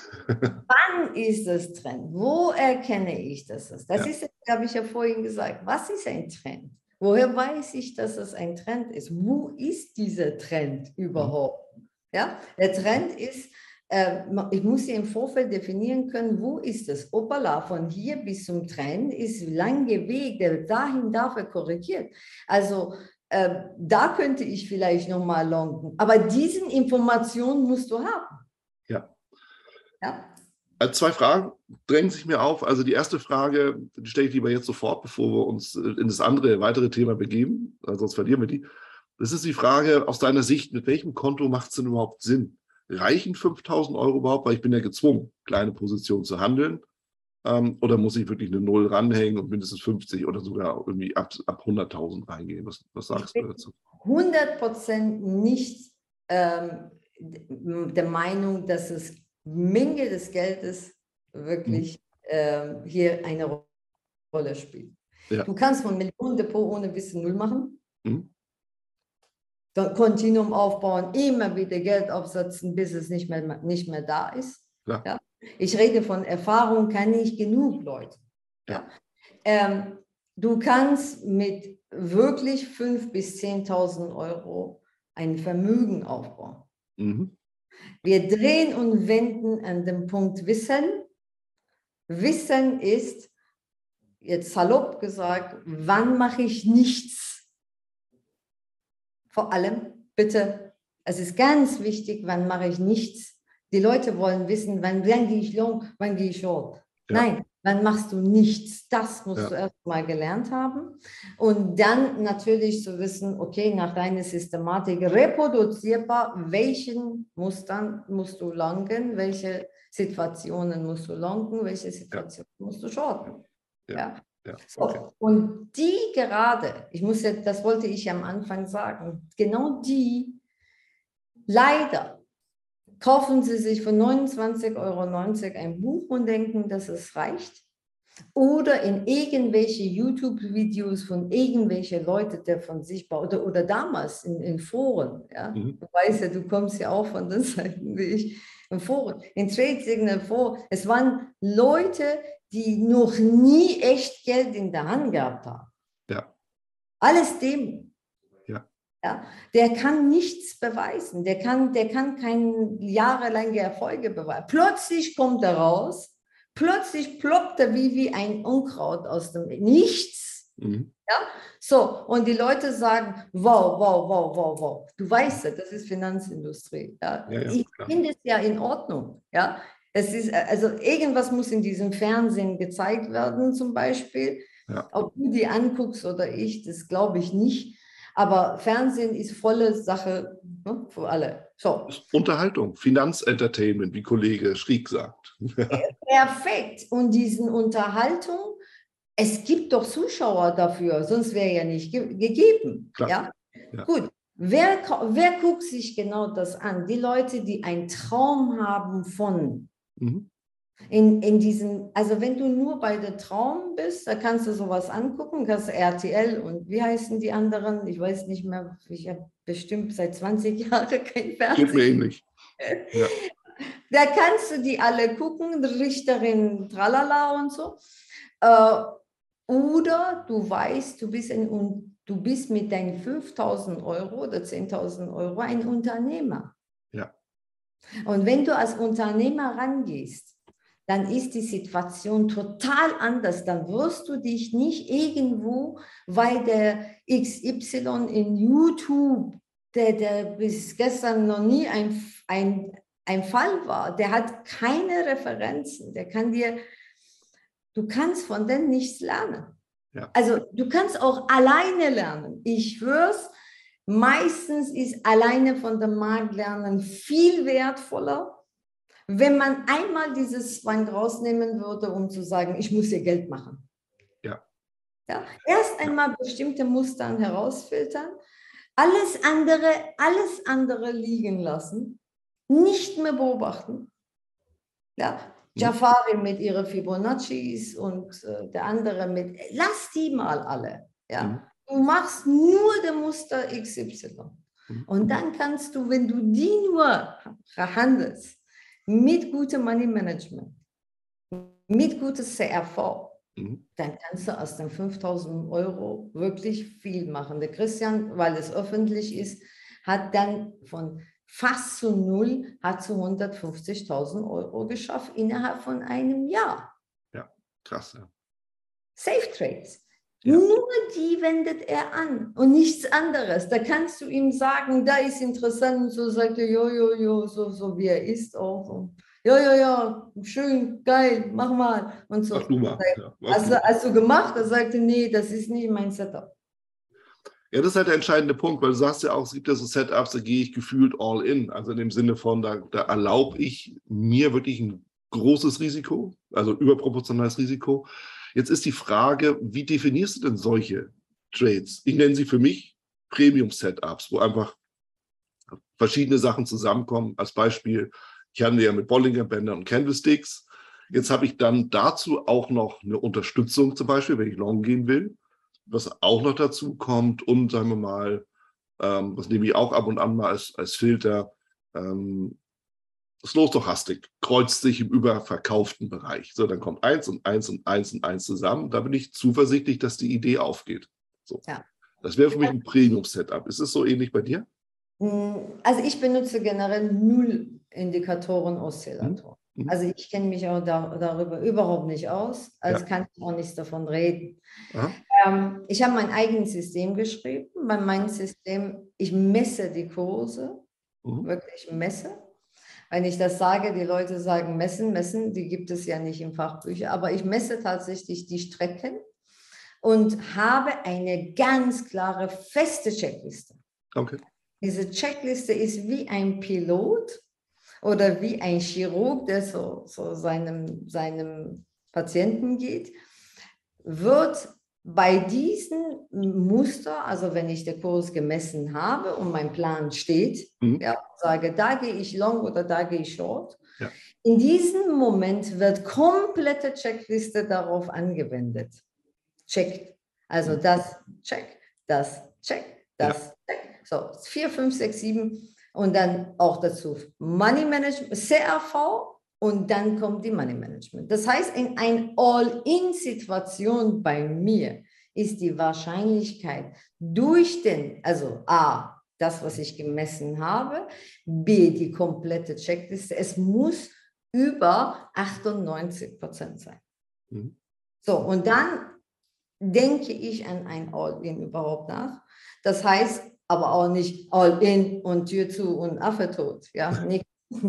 Wann ist das Trend? Wo erkenne ich das? Das ja. ist, habe ich ja vorhin gesagt. Was ist ein Trend? Woher weiß ich, dass es ein Trend ist? Wo ist dieser Trend überhaupt? Ja, der Trend ist, äh, ich muss ja im Vorfeld definieren können, wo ist es? Opala, von hier bis zum Trend ist ein langer Weg, der dahin darf er korrigiert. Also äh, da könnte ich vielleicht nochmal longen. Aber diese Informationen musst du haben. Ja. Ja. Also zwei Fragen drängen sich mir auf. Also die erste Frage, die stelle ich lieber jetzt sofort, bevor wir uns in das andere, weitere Thema begeben, sonst verlieren wir die. Das ist die Frage aus deiner Sicht, mit welchem Konto macht es denn überhaupt Sinn? Reichen fünftausend Euro überhaupt? Weil ich bin ja gezwungen, kleine Positionen zu handeln. Ähm, oder muss ich wirklich eine Null ranhängen und mindestens fünfzig oder sogar irgendwie ab, ab hunderttausend reingehen? Was, was sagst du dazu? hundert Prozent nicht ähm, der Meinung, dass es Menge des Geldes wirklich mhm. ähm, hier eine Rolle spielt. Ja. Du kannst von Millionen-Depot ohne Wissen Null machen. Mhm. Dann Kontinuum aufbauen, immer wieder Geld aufsetzen, bis es nicht mehr, nicht mehr da ist. Ja. Ja? Ich rede von Erfahrung, kann ich genug Leute. Ja. Ja? Ähm, du kannst mit wirklich fünftausend bis zehntausend Euro ein Vermögen aufbauen. Mhm. Wir drehen und wenden an dem Punkt Wissen. Wissen ist, jetzt salopp gesagt, wann mache ich nichts? Vor allem, bitte, es ist ganz wichtig, wann mache ich nichts. Die Leute wollen wissen, wann, wann gehe ich long, wann gehe ich short. Ja. Nein, wann machst du nichts? Das musst ja. du erst mal gelernt haben. Und dann natürlich zu wissen, okay, nach deiner Systematik reproduzierbar, welchen Mustern musst du longen, welche Situationen musst du longen, welche Situationen ja. musst du shorten. Ja. Ja. Ja. So, Okay. und die gerade, ich muss ja, das wollte ich am Anfang sagen, genau die, leider kaufen sie sich für neunundzwanzig Euro neunzig ein Buch und denken, dass es reicht. Oder in irgendwelche YouTube-Videos von irgendwelchen Leuten, der von sich baut, oder, oder damals in, in Foren. Ja? Mhm. Du weißt ja, du kommst ja auch von den Seiten wie ich, in Foren, in Trade Signal Foren. Es waren Leute, die noch nie echt Geld in der Hand gehabt haben. Ja. Alles dem. Ja. Ja, der kann nichts beweisen, der kann, der kann keine jahrelange Erfolge beweisen. Plötzlich kommt er raus, plötzlich ploppt er wie, wie ein Unkraut aus dem Nichts. Mhm. Ja, so, und die Leute sagen, wow, wow, wow, wow, wow. Du weißt ja, das ist Finanzindustrie. Ja. Ja, ja, Ich klar. finde es ja in Ordnung. Ja. Es ist, also irgendwas muss in diesem Fernsehen gezeigt werden, zum Beispiel. Ja. Ob du die anguckst oder ich, das glaube ich nicht. Aber Fernsehen ist volle Sache, ne, für alle. So. Unterhaltung, Finanzentertainment, wie Kollege Schrieg sagt. Perfekt. Und diesen Unterhaltung, es gibt doch Zuschauer dafür, sonst wäre ja nicht ge gegeben. Klar. Ja? Ja. Gut. Wer, wer guckt sich genau das an? Die Leute, die einen Traum haben von. Mhm. In, in diesen, also wenn du nur bei der Traum bist, da kannst du sowas angucken, kannst R T L und wie heißen die anderen? Ich weiß nicht mehr, ich habe bestimmt seit zwanzig Jahren kein Geht Fernsehen. mir ähnlich. Ja. Da kannst du die alle gucken, Richterin, tralala und so. Äh, oder du weißt, du bist, ein, du bist mit deinen fünftausend Euro oder zehntausend Euro ein Unternehmer. Ja. Und wenn du als Unternehmer rangehst, dann ist die Situation total anders. Dann wirst du dich nicht irgendwo, weil der X Y in YouTube, der, der bis gestern noch nie ein, ein, ein Fall war, der hat keine Referenzen, der kann dir, du kannst von denen nichts lernen. Ja. Also du kannst auch alleine lernen. Ich schwör's, meistens ist alleine von dem Markt lernen viel wertvoller, wenn man einmal dieses Zwang rausnehmen würde, um zu sagen, ich muss hier Geld machen. Ja. Ja? Erst einmal ja. bestimmte Muster herausfiltern, alles andere, alles andere liegen lassen, nicht mehr beobachten. Ja? Jafari mit ihren Fibonaccis und äh, der andere mit, lass die mal alle. Ja? Mhm. Du machst nur der Muster X Y. Mhm. Und dann kannst du, wenn du die nur handelst, mit gutem Money Management, mit gutem C R V, mhm. dann kannst du aus den fünftausend Euro wirklich viel machen. Der Christian, weil es öffentlich ist, hat dann von fast zu null, hat zu hundertfünfzigtausend Euro geschafft innerhalb von einem Jahr. Ja, krass. Ja. Safe Trades. Ja. Nur die wendet er an und nichts anderes. Da kannst du ihm sagen, da ist interessant und so sagt er, jo, jo, jo, so, so wie er ist auch. Und, ja, ja, ja, schön, geil, mach mal. Und so. Mach du mal. Ja, hast, du, hast du gemacht? Er sagte, nee, das ist nicht mein Setup. Ja, das ist halt der entscheidende Punkt, weil du sagst ja auch, es gibt ja so Setups, da gehe ich gefühlt all in. Also in dem Sinne von, da, da erlaube ich mir wirklich ein großes Risiko, also überproportionales Risiko. Jetzt ist die Frage, wie definierst du denn solche Trades? Ich nenne sie für mich Premium-Setups, wo einfach verschiedene Sachen zusammenkommen. Als Beispiel, ich handle ja mit Bollinger-Bändern und Candlesticks. Jetzt habe ich dann dazu auch noch eine Unterstützung, zum Beispiel, wenn ich long gehen will, was auch noch dazu kommt. Und sagen wir mal, ähm, das nehme ich auch ab und an mal als, als Filter, ähm, Slow-Stochastik kreuzt sich im überverkauften Bereich. So, dann kommt eins und eins und eins und eins zusammen. Da bin ich zuversichtlich, dass die Idee aufgeht. So. Ja. Das wäre für mich ein Premium-Setup. Ist es so ähnlich bei dir? Also ich benutze generell null Indikatoren-Oszillatoren. Mhm. Also ich kenne mich auch da, darüber überhaupt nicht aus. Also ja. kann ich auch nichts davon reden. Ähm, ich habe mein eigenes System geschrieben. Bei meinem System, ich messe die Kurse, mhm. wirklich messe. Wenn ich das sage, die Leute sagen messen, messen, die gibt es ja nicht im Fachbücher, aber ich messe tatsächlich die Strecken und habe eine ganz klare, feste Checkliste. Okay. Diese Checkliste ist wie ein Pilot oder wie ein Chirurg, der so, so seinem, seinem Patienten geht. wird bei diesem Muster, also wenn ich den Kurs gemessen habe und mein Plan steht, mhm. ja, sage, da gehe ich long oder da gehe ich short, ja. In diesem Moment wird komplette Checkliste darauf angewendet. Check. Also das check, das check, das ja. check. So, vier, fünf, sechs, sieben und dann auch dazu Money Management, C R V und dann kommt die Money Management. Das heißt, in einer All-In-Situation bei mir ist die Wahrscheinlichkeit durch den, also A, das, was ich gemessen habe, B, die komplette Checkliste, es muss über achtundneunzig Prozent sein. Mhm. So, und dann denke ich an ein All-In überhaupt nach. Das heißt aber auch nicht All-In und Tür zu und Affe tot. Ja, nicht.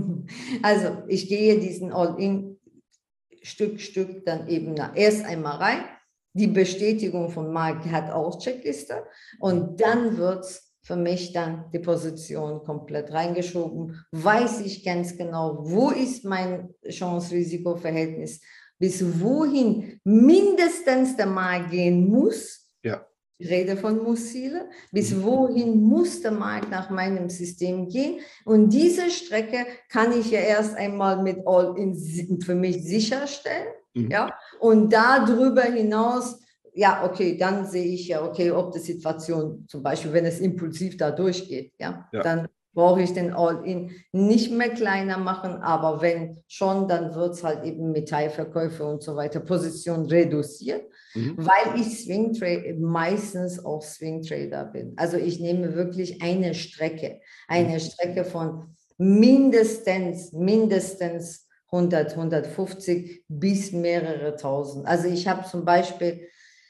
Also ich gehe diesen All-In Stück, Stück dann eben nach. Erst einmal rein. Die Bestätigung von Markt hat auch Checkliste und dann wird es für mich dann die Position komplett reingeschoben. Weiß ich ganz genau, wo ist mein Chance-Risiko-Verhältnis, bis wohin mindestens der Markt gehen muss. Ja. Ich rede von Muss-Ziele. Bis wohin muss der Markt nach meinem System gehen? Und diese Strecke kann ich ja erst einmal mit All-In für mich sicherstellen. Mhm. Ja? Und darüber hinaus, ja, okay, dann sehe ich ja, okay, ob die Situation, zum Beispiel, wenn es impulsiv da durchgeht, ja, ja. dann brauche ich den All-In nicht mehr kleiner machen, aber wenn schon, dann wird es halt eben mit Teilverkäufe und so weiter, Position reduziert, mhm. weil ich Swing Trade meistens auch Swing Trader bin. Also ich nehme wirklich eine Strecke, eine mhm. Strecke von mindestens, mindestens hundert, hundertfünfzig bis mehrere tausend. Also ich habe zum Beispiel,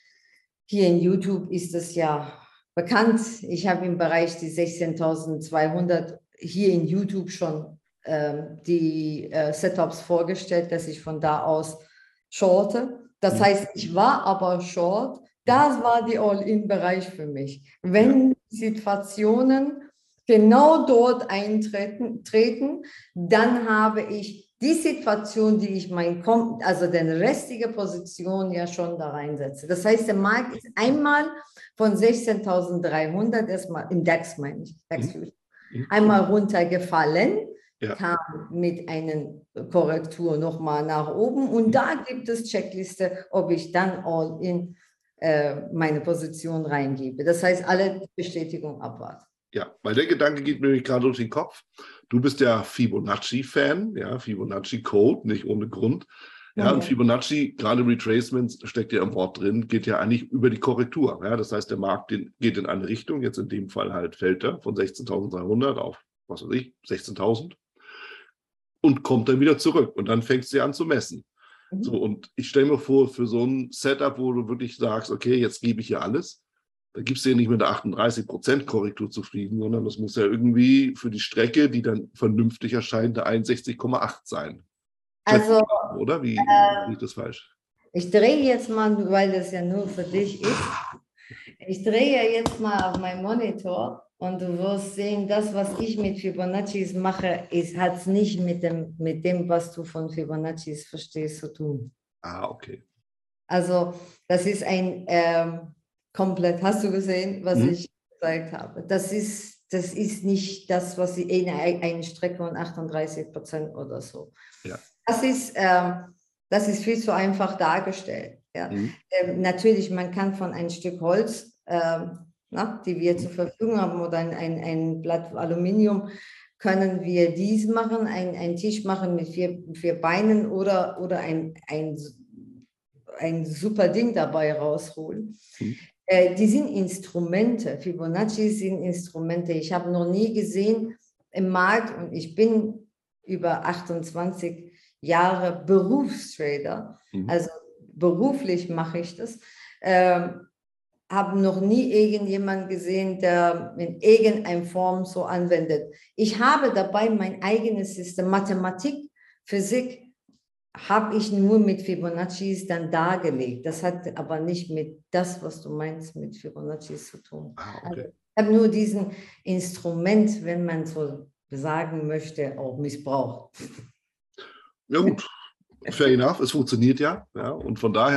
hier in YouTube ist es ja bekannt, ich habe im Bereich die sechzehntausendzweihundert hier in YouTube schon ähm, die äh, Setups vorgestellt, dass ich von da aus shorte. Das ja. heißt, ich war aber short, das war die All-In-Bereich für mich. Wenn ja. Situationen genau dort eintreten, treten, dann habe ich die Situation, die ich mein, also die restige Position ja schon da reinsetze. Das heißt, der Markt ist einmal von sechzehntausenddreihundert erstmal im DAX, meine ich, DAX mhm. einmal runtergefallen, ja. kam mit einer Korrektur nochmal nach oben und mhm. da gibt es Checkliste, ob ich dann all in äh, meine Position reingebe. Das heißt, alle Bestätigung abwarten. Ja, weil der Gedanke geht mir gerade durch den Kopf. Du bist ja Fibonacci-Fan, ja, Fibonacci-Code, nicht ohne Grund. Ja, mhm. und Fibonacci, gerade Retracements, steckt ja im Wort drin, geht ja eigentlich über die Korrektur. Ja, das heißt, der Markt den, geht in eine Richtung, jetzt in dem Fall halt fällt er von sechzehntausenddreihundert auf, was weiß ich, sechzehntausend und kommt dann wieder zurück und dann fängst du an zu messen. Mhm. So, und ich stelle mir vor, für so ein Setup, wo du wirklich sagst, okay, jetzt gebe ich hier alles, da gibst du ja nicht mit der achtunddreißig Prozent Korrektur zufrieden, sondern das muss ja irgendwie für die Strecke, die dann vernünftig erscheint, der einundsechzig Komma acht sein. Also, oder? Wie äh, sehe ich das falsch? Ich drehe jetzt mal, weil das ja nur für dich ist, ich drehe jetzt mal auf meinen Monitor und du wirst sehen, das, was ich mit Fibonaccis mache, hat es nicht mit dem, mit dem, was du von Fibonaccis verstehst, zu tun. Ah, okay. Also, das ist ein ähm, komplett, hast du gesehen, was mhm. ich gesagt habe? Das ist, das ist nicht das, was ich in eine Strecke von achtunddreißig Prozent oder so. Ja. Das ist, ähm, das ist viel zu einfach dargestellt. Ja. Mhm. Ähm, natürlich, man kann von ein Stück Holz, ähm, na, die wir mhm. zur Verfügung haben, oder ein, ein, ein Blatt Aluminium, können wir dies machen, ein, einen Tisch machen mit vier, vier Beinen oder, oder ein, ein, ein super Ding dabei rausholen. Mhm. Äh, die sind Instrumente, Fibonacci sind Instrumente. Ich habe noch nie gesehen im Markt, und ich bin über achtundzwanzig Jahre Berufstrader, mhm. also beruflich mache ich das, äh, habe noch nie irgendjemanden gesehen, der in irgendeiner Form so anwendet. Ich habe dabei mein eigenes System, Mathematik, Physik, habe ich nur mit Fibonaccis dann dargelegt. Das hat aber nicht mit das, was du meinst, mit Fibonaccis zu tun. Ah, okay. Also ich habe nur diesen Instrument, wenn man so sagen möchte, auch missbraucht. Ja gut, fair enough, es funktioniert ja, ja. Und von daher,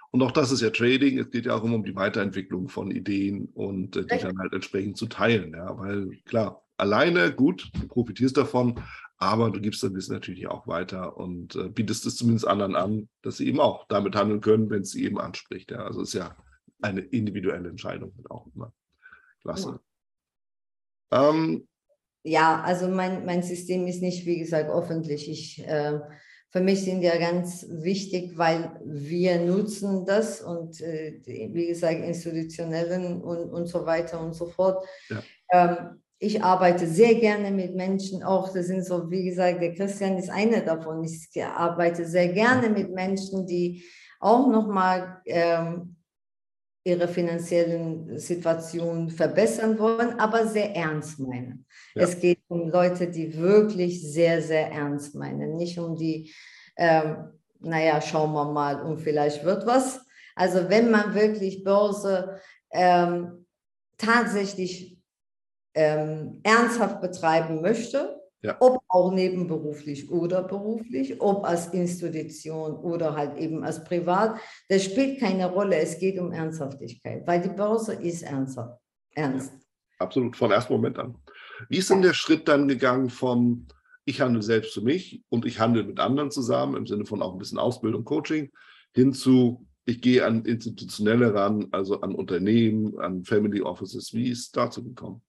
Und auch das ist ja Trading. Es geht ja auch immer um die Weiterentwicklung von Ideen und äh, die Richtig. dann halt entsprechend zu teilen. Ja, weil klar, alleine gut, du profitierst davon, aber du gibst dein Wissen natürlich auch weiter und äh, bietest es zumindest anderen an, dass sie eben auch damit handeln können, wenn es sie eben anspricht. Ja, also ist ja eine individuelle Entscheidung auch immer. Klasse. Ja. Ähm, Ja, also mein, mein System ist nicht, wie gesagt, öffentlich. Ich, äh, für mich sind ja ganz wichtig, weil wir nutzen das und äh, wie gesagt, institutionellen und, und so weiter und so fort. ja, Ähm, ich arbeite sehr gerne mit Menschen, auch das sind so, wie gesagt, der Christian ist einer davon. Ich arbeite sehr gerne mit Menschen, die auch nochmal ähm, ihre finanziellen Situation verbessern wollen, aber sehr ernst meinen. ja, Es geht um Leute, die wirklich sehr, sehr ernst meinen, nicht um die, ähm, naja, schauen wir mal und vielleicht wird was. Also wenn man wirklich Börse ähm, tatsächlich ähm, ernsthaft betreiben möchte, ja. ob auch nebenberuflich oder beruflich, ob als Institution oder halt eben als Privat, das spielt keine Rolle. Es geht um Ernsthaftigkeit, weil die Börse ist ernsthaft. Ja, Ernst. absolut, von ersten Moment an. Wie ist denn der Schritt dann gegangen vom ich handle selbst für mich und ich handle mit anderen zusammen, im Sinne von auch ein bisschen Ausbildung, Coaching, hin zu ich gehe an Institutionelle ran, also an Unternehmen, an Family Offices. Wie ist es dazu gekommen?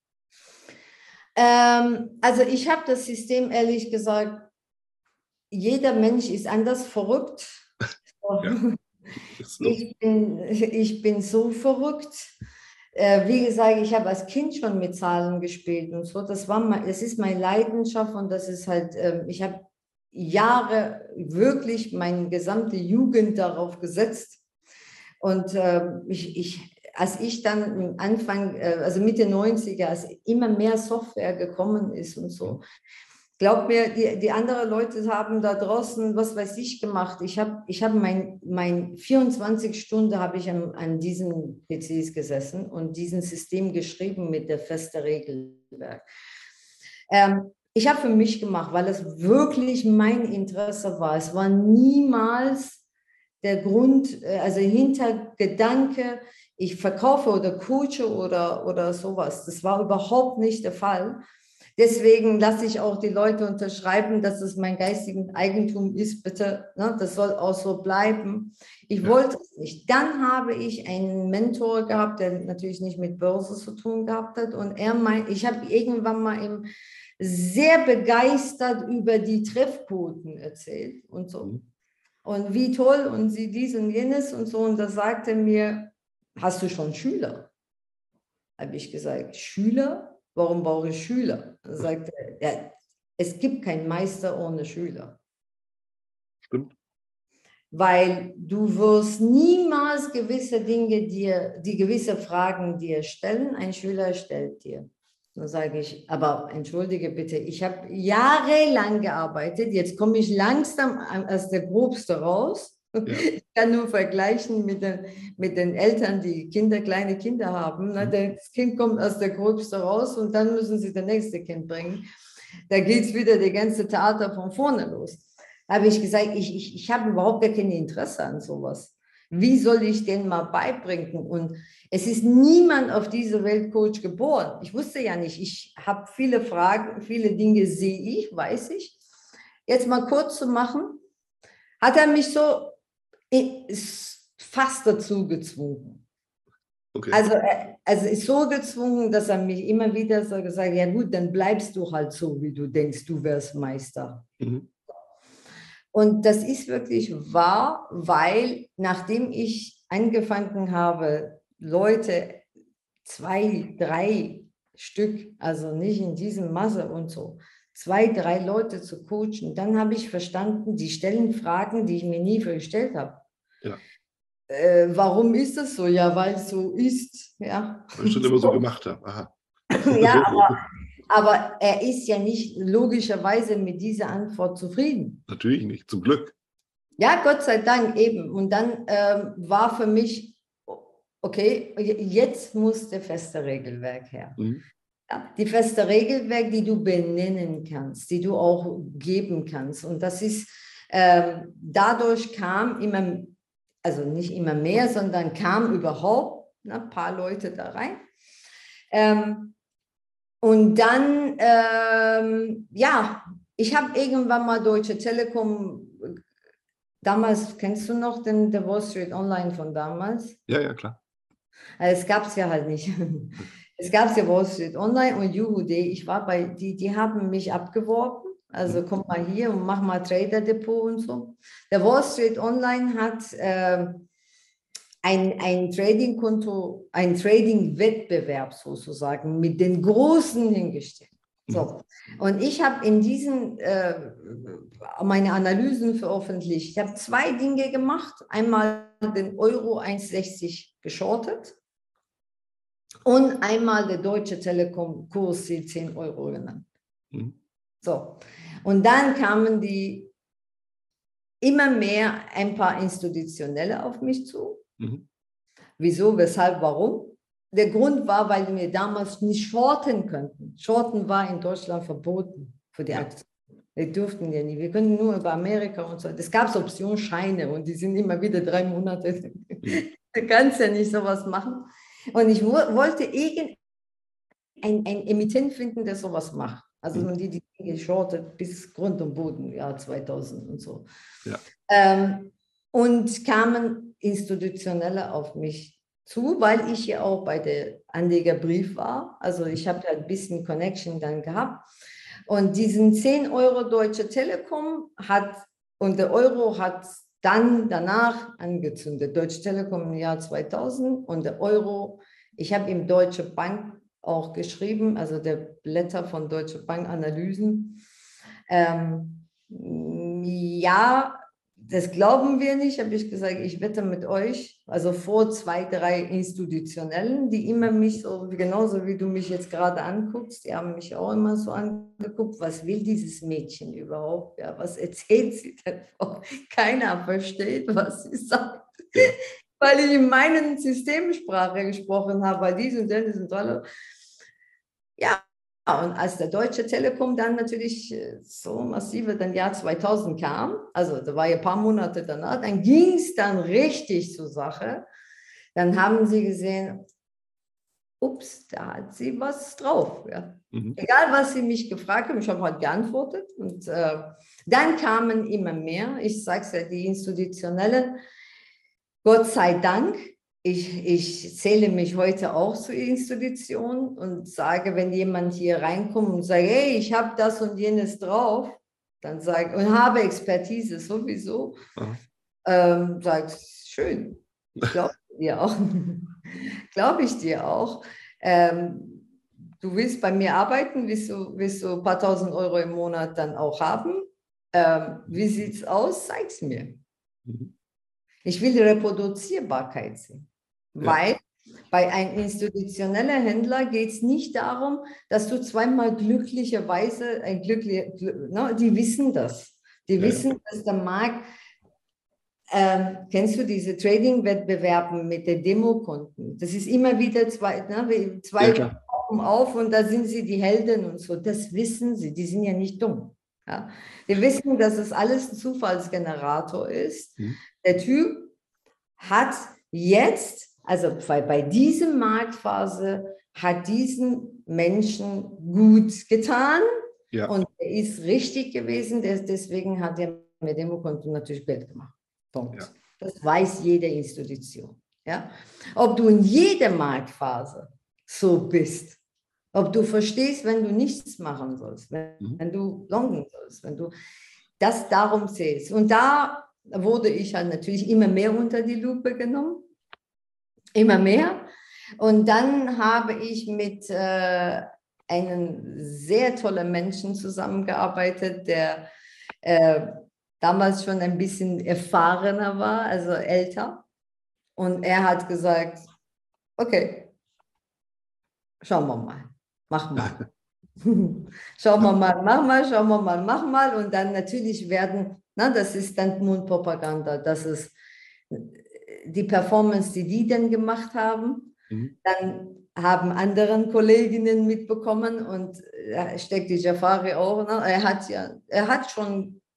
Ähm, also ich habe das System ehrlich gesagt, jeder Mensch ist anders verrückt. Ja, ist so. Ich bin, ich bin so verrückt. Äh, wie gesagt, ich habe als Kind schon mit Zahlen gespielt und so. Das war mein, das ist meine Leidenschaft und das ist halt, ähm, ich habe Jahre wirklich meine gesamte Jugend darauf gesetzt. Und äh, ich, ich, als ich dann am Anfang, äh, also Mitte neunziger, als immer mehr Software gekommen ist und so, glaub mir, die, die anderen Leute haben da draußen, was weiß ich, gemacht. Ich habe ich hab mein, mein vierundzwanzig Stunden habe ich an, an diesen P Cs gesessen und diesen System geschrieben mit der feste Regelwerk. Ähm, ich habe für mich gemacht, weil es wirklich mein Interesse war. Es war niemals der Grund, also Hintergedanke, ich verkaufe oder coache oder, oder sowas. Das war überhaupt nicht der Fall. Deswegen lasse ich auch die Leute unterschreiben, dass es mein geistiges Eigentum ist, bitte. Ne? Das soll auch so bleiben. Ich Ja. wollte es nicht. Dann habe ich einen Mentor gehabt, der natürlich nicht mit Börse zu tun gehabt hat. Und er meint, ich habe irgendwann mal ihm sehr begeistert über die Treffquoten erzählt und so. Mhm. Und wie toll und sie dies und jenes und so. Und da sagte er mir, hast du schon Schüler? Habe ich gesagt, Schüler? Warum brauche ich Schüler? Da sagte er, ja, es gibt keinen Meister ohne Schüler. Stimmt. Weil du wirst niemals gewisse Dinge dir, die gewisse Fragen dir stellen, ein Schüler stellt dir. Dann sage ich, aber entschuldige bitte, ich habe jahrelang gearbeitet, jetzt komme ich langsam aus der Grobste raus. Ja. Ich kann nur vergleichen mit den, mit den Eltern, die Kinder, kleine Kinder haben. Mhm. Das Kind kommt aus der Grobste raus und dann müssen sie das nächste Kind bringen. Da geht es wieder die ganze Theater von vorne los. Da habe ich gesagt, ich, ich, ich habe überhaupt gar kein Interesse an sowas. Wie soll ich denen mal beibringen? Und es ist niemand auf dieser Welt Coach geboren. Ich wusste ja nicht, ich habe viele Fragen, viele Dinge sehe ich, weiß ich. Jetzt mal kurz zu machen, hat er mich so fast dazu gezwungen. Okay. Also, also ist so gezwungen, dass er mich immer wieder so gesagt hat, ja gut, dann bleibst du halt so, wie du denkst, du wärst Meister. Mhm. Und das ist wirklich wahr, weil nachdem ich angefangen habe, Leute, zwei, drei Stück, also nicht in diesem Masse und so, zwei, drei Leute zu coachen, dann habe ich verstanden, die stellen Fragen, die ich mir nie gestellt habe. Ja. Äh, warum ist das so? Ja, weil es so ist. Ja, Weil ich schon immer so gemacht habe. Aha. ja, aber, aber er ist ja nicht logischerweise mit dieser Antwort zufrieden. Natürlich nicht, zum Glück. Ja, Gott sei Dank eben. Und dann ähm, war für mich, okay, jetzt muss der feste Regelwerk her. Mhm. Ja, die feste Regelwerk, die du benennen kannst, die du auch geben kannst. Und das ist, ähm, dadurch kam immer also nicht immer mehr, sondern kamen überhaupt ne, ein paar Leute da rein. Ähm, und dann, ähm, ja, ich habe irgendwann mal Deutsche Telekom, damals, kennst du noch den, der Wall Street Online von damals? Ja, ja, klar. Also es gab es ja halt nicht. Es gab es ja Wall Street Online und Juhu.de. Ich war bei, die, die haben mich abgeworben. Also komm mal hier und mach mal Trader Depot und so. Der Wall Street Online hat äh, ein, ein Trading-Konto, ein Trading-Wettbewerb sozusagen mit den Großen hingestellt. So. Und ich habe in diesen äh, meine Analysen veröffentlicht. Ich habe zwei Dinge gemacht. Einmal den Euro eins Komma sechzig geschortet und einmal der Deutsche Telekom Kurs zehn Euro genannt. Mhm. So. Und dann kamen die immer mehr ein paar Institutionelle auf mich zu. Mhm. Wieso, weshalb, warum? Der Grund war, weil wir damals nicht shorten könnten. Shorten war in Deutschland verboten für die Aktien. Wir durften ja nicht. Wir können nur über Amerika und so. Es gab Optionsscheine und die sind immer wieder drei Monate. Du kannst ja nicht sowas machen. Und ich wollte irgendein ein Emittent finden, der sowas macht. Also man die, die geschortet bis Grund und Boden, Jahr zweitausend und so. Ja. Ähm, und kamen Institutionelle auf mich zu, weil ich ja auch bei der Anlegerbrief war. Also ich habe ja ein bisschen Connection dann gehabt. Und diesen zehn Euro Deutsche Telekom hat, und der Euro hat dann danach angezündet. Deutsche Telekom im Jahr zweitausend und der Euro, ich habe ihm Deutsche Bank auch geschrieben, also der Blätter von Deutsche Bank Analysen. Ähm, ja, das glauben wir nicht, habe ich gesagt, ich wette mit euch, also vor zwei, drei Institutionellen, die immer mich so, genauso wie du mich jetzt gerade anguckst, die haben mich auch immer so angeguckt, was will dieses Mädchen überhaupt, ja, was erzählt sie denn? Keiner versteht, was sie sagt. Ja. Weil ich in meinen Systemsprache gesprochen habe, weil dies und das und tolle. Ja, und als der Deutsche Telekom dann natürlich so massive dann Jahr zweitausend kam, also da war ja ein paar Monate danach, dann ging es dann richtig zur Sache. Dann haben sie gesehen, ups, da hat sie was drauf. Ja. Mhm. Egal, was sie mich gefragt haben, ich habe halt geantwortet. Und äh, dann kamen immer mehr, ich sage es ja, die Institutionellen, Gott sei Dank, ich, ich zähle mich heute auch zur Institution und sage, wenn jemand hier reinkommt und sagt, hey, ich habe das und jenes drauf, dann sage und habe Expertise sowieso, ähm, sage schön, glaube ich dir auch, glaube ich dir auch. Ähm, du willst bei mir arbeiten, willst du, willst du ein paar tausend Euro im Monat dann auch haben? Ähm, wie sieht es aus? Zeig's mir. Mhm. Ich will die Reproduzierbarkeit sehen, ja. Weil bei einem institutionellen Händler geht es nicht darum, dass du zweimal glücklicherweise, ein glücklicher, no, die wissen das. Die ja. wissen, dass der Markt, äh, kennst du diese Trading-Wettbewerbe mit den Demokonten? Das ist immer wieder zwei, ne, zwei ja, auf und da sind sie die Helden und so. Das wissen sie, die sind ja nicht dumm. Ja. Wir wissen, dass es alles ein Zufallsgenerator ist. Mhm. Der Typ hat jetzt, also bei, bei dieser Marktphase, hat diesen Menschen gut getan ja. und er ist richtig gewesen, deswegen hat er mit Demokonto natürlich Geld gemacht. Punkt. Ja. Das weiß jede Institution. Ja? Ob du in jeder Marktphase so bist, ob du verstehst, wenn du nichts machen sollst, wenn, mhm. wenn du longen sollst, wenn du das darum zählst. Und da wurde ich halt natürlich immer mehr unter die Lupe genommen, immer mehr. Und dann habe ich mit äh, einem sehr tollen Menschen zusammengearbeitet, der äh, damals schon ein bisschen erfahrener war, also älter. Und er hat gesagt, okay, schauen wir mal, mach mal. Schauen wir mal, mach mal, schauen wir mal, mach mal. Und dann natürlich werden, na, das ist dann Mundpropaganda, das ist die Performance, die die dann gemacht haben. Mhm. Dann haben andere Kolleginnen mitbekommen und da steckt die Jafari auch. Ne? Er hat ja, er hat schon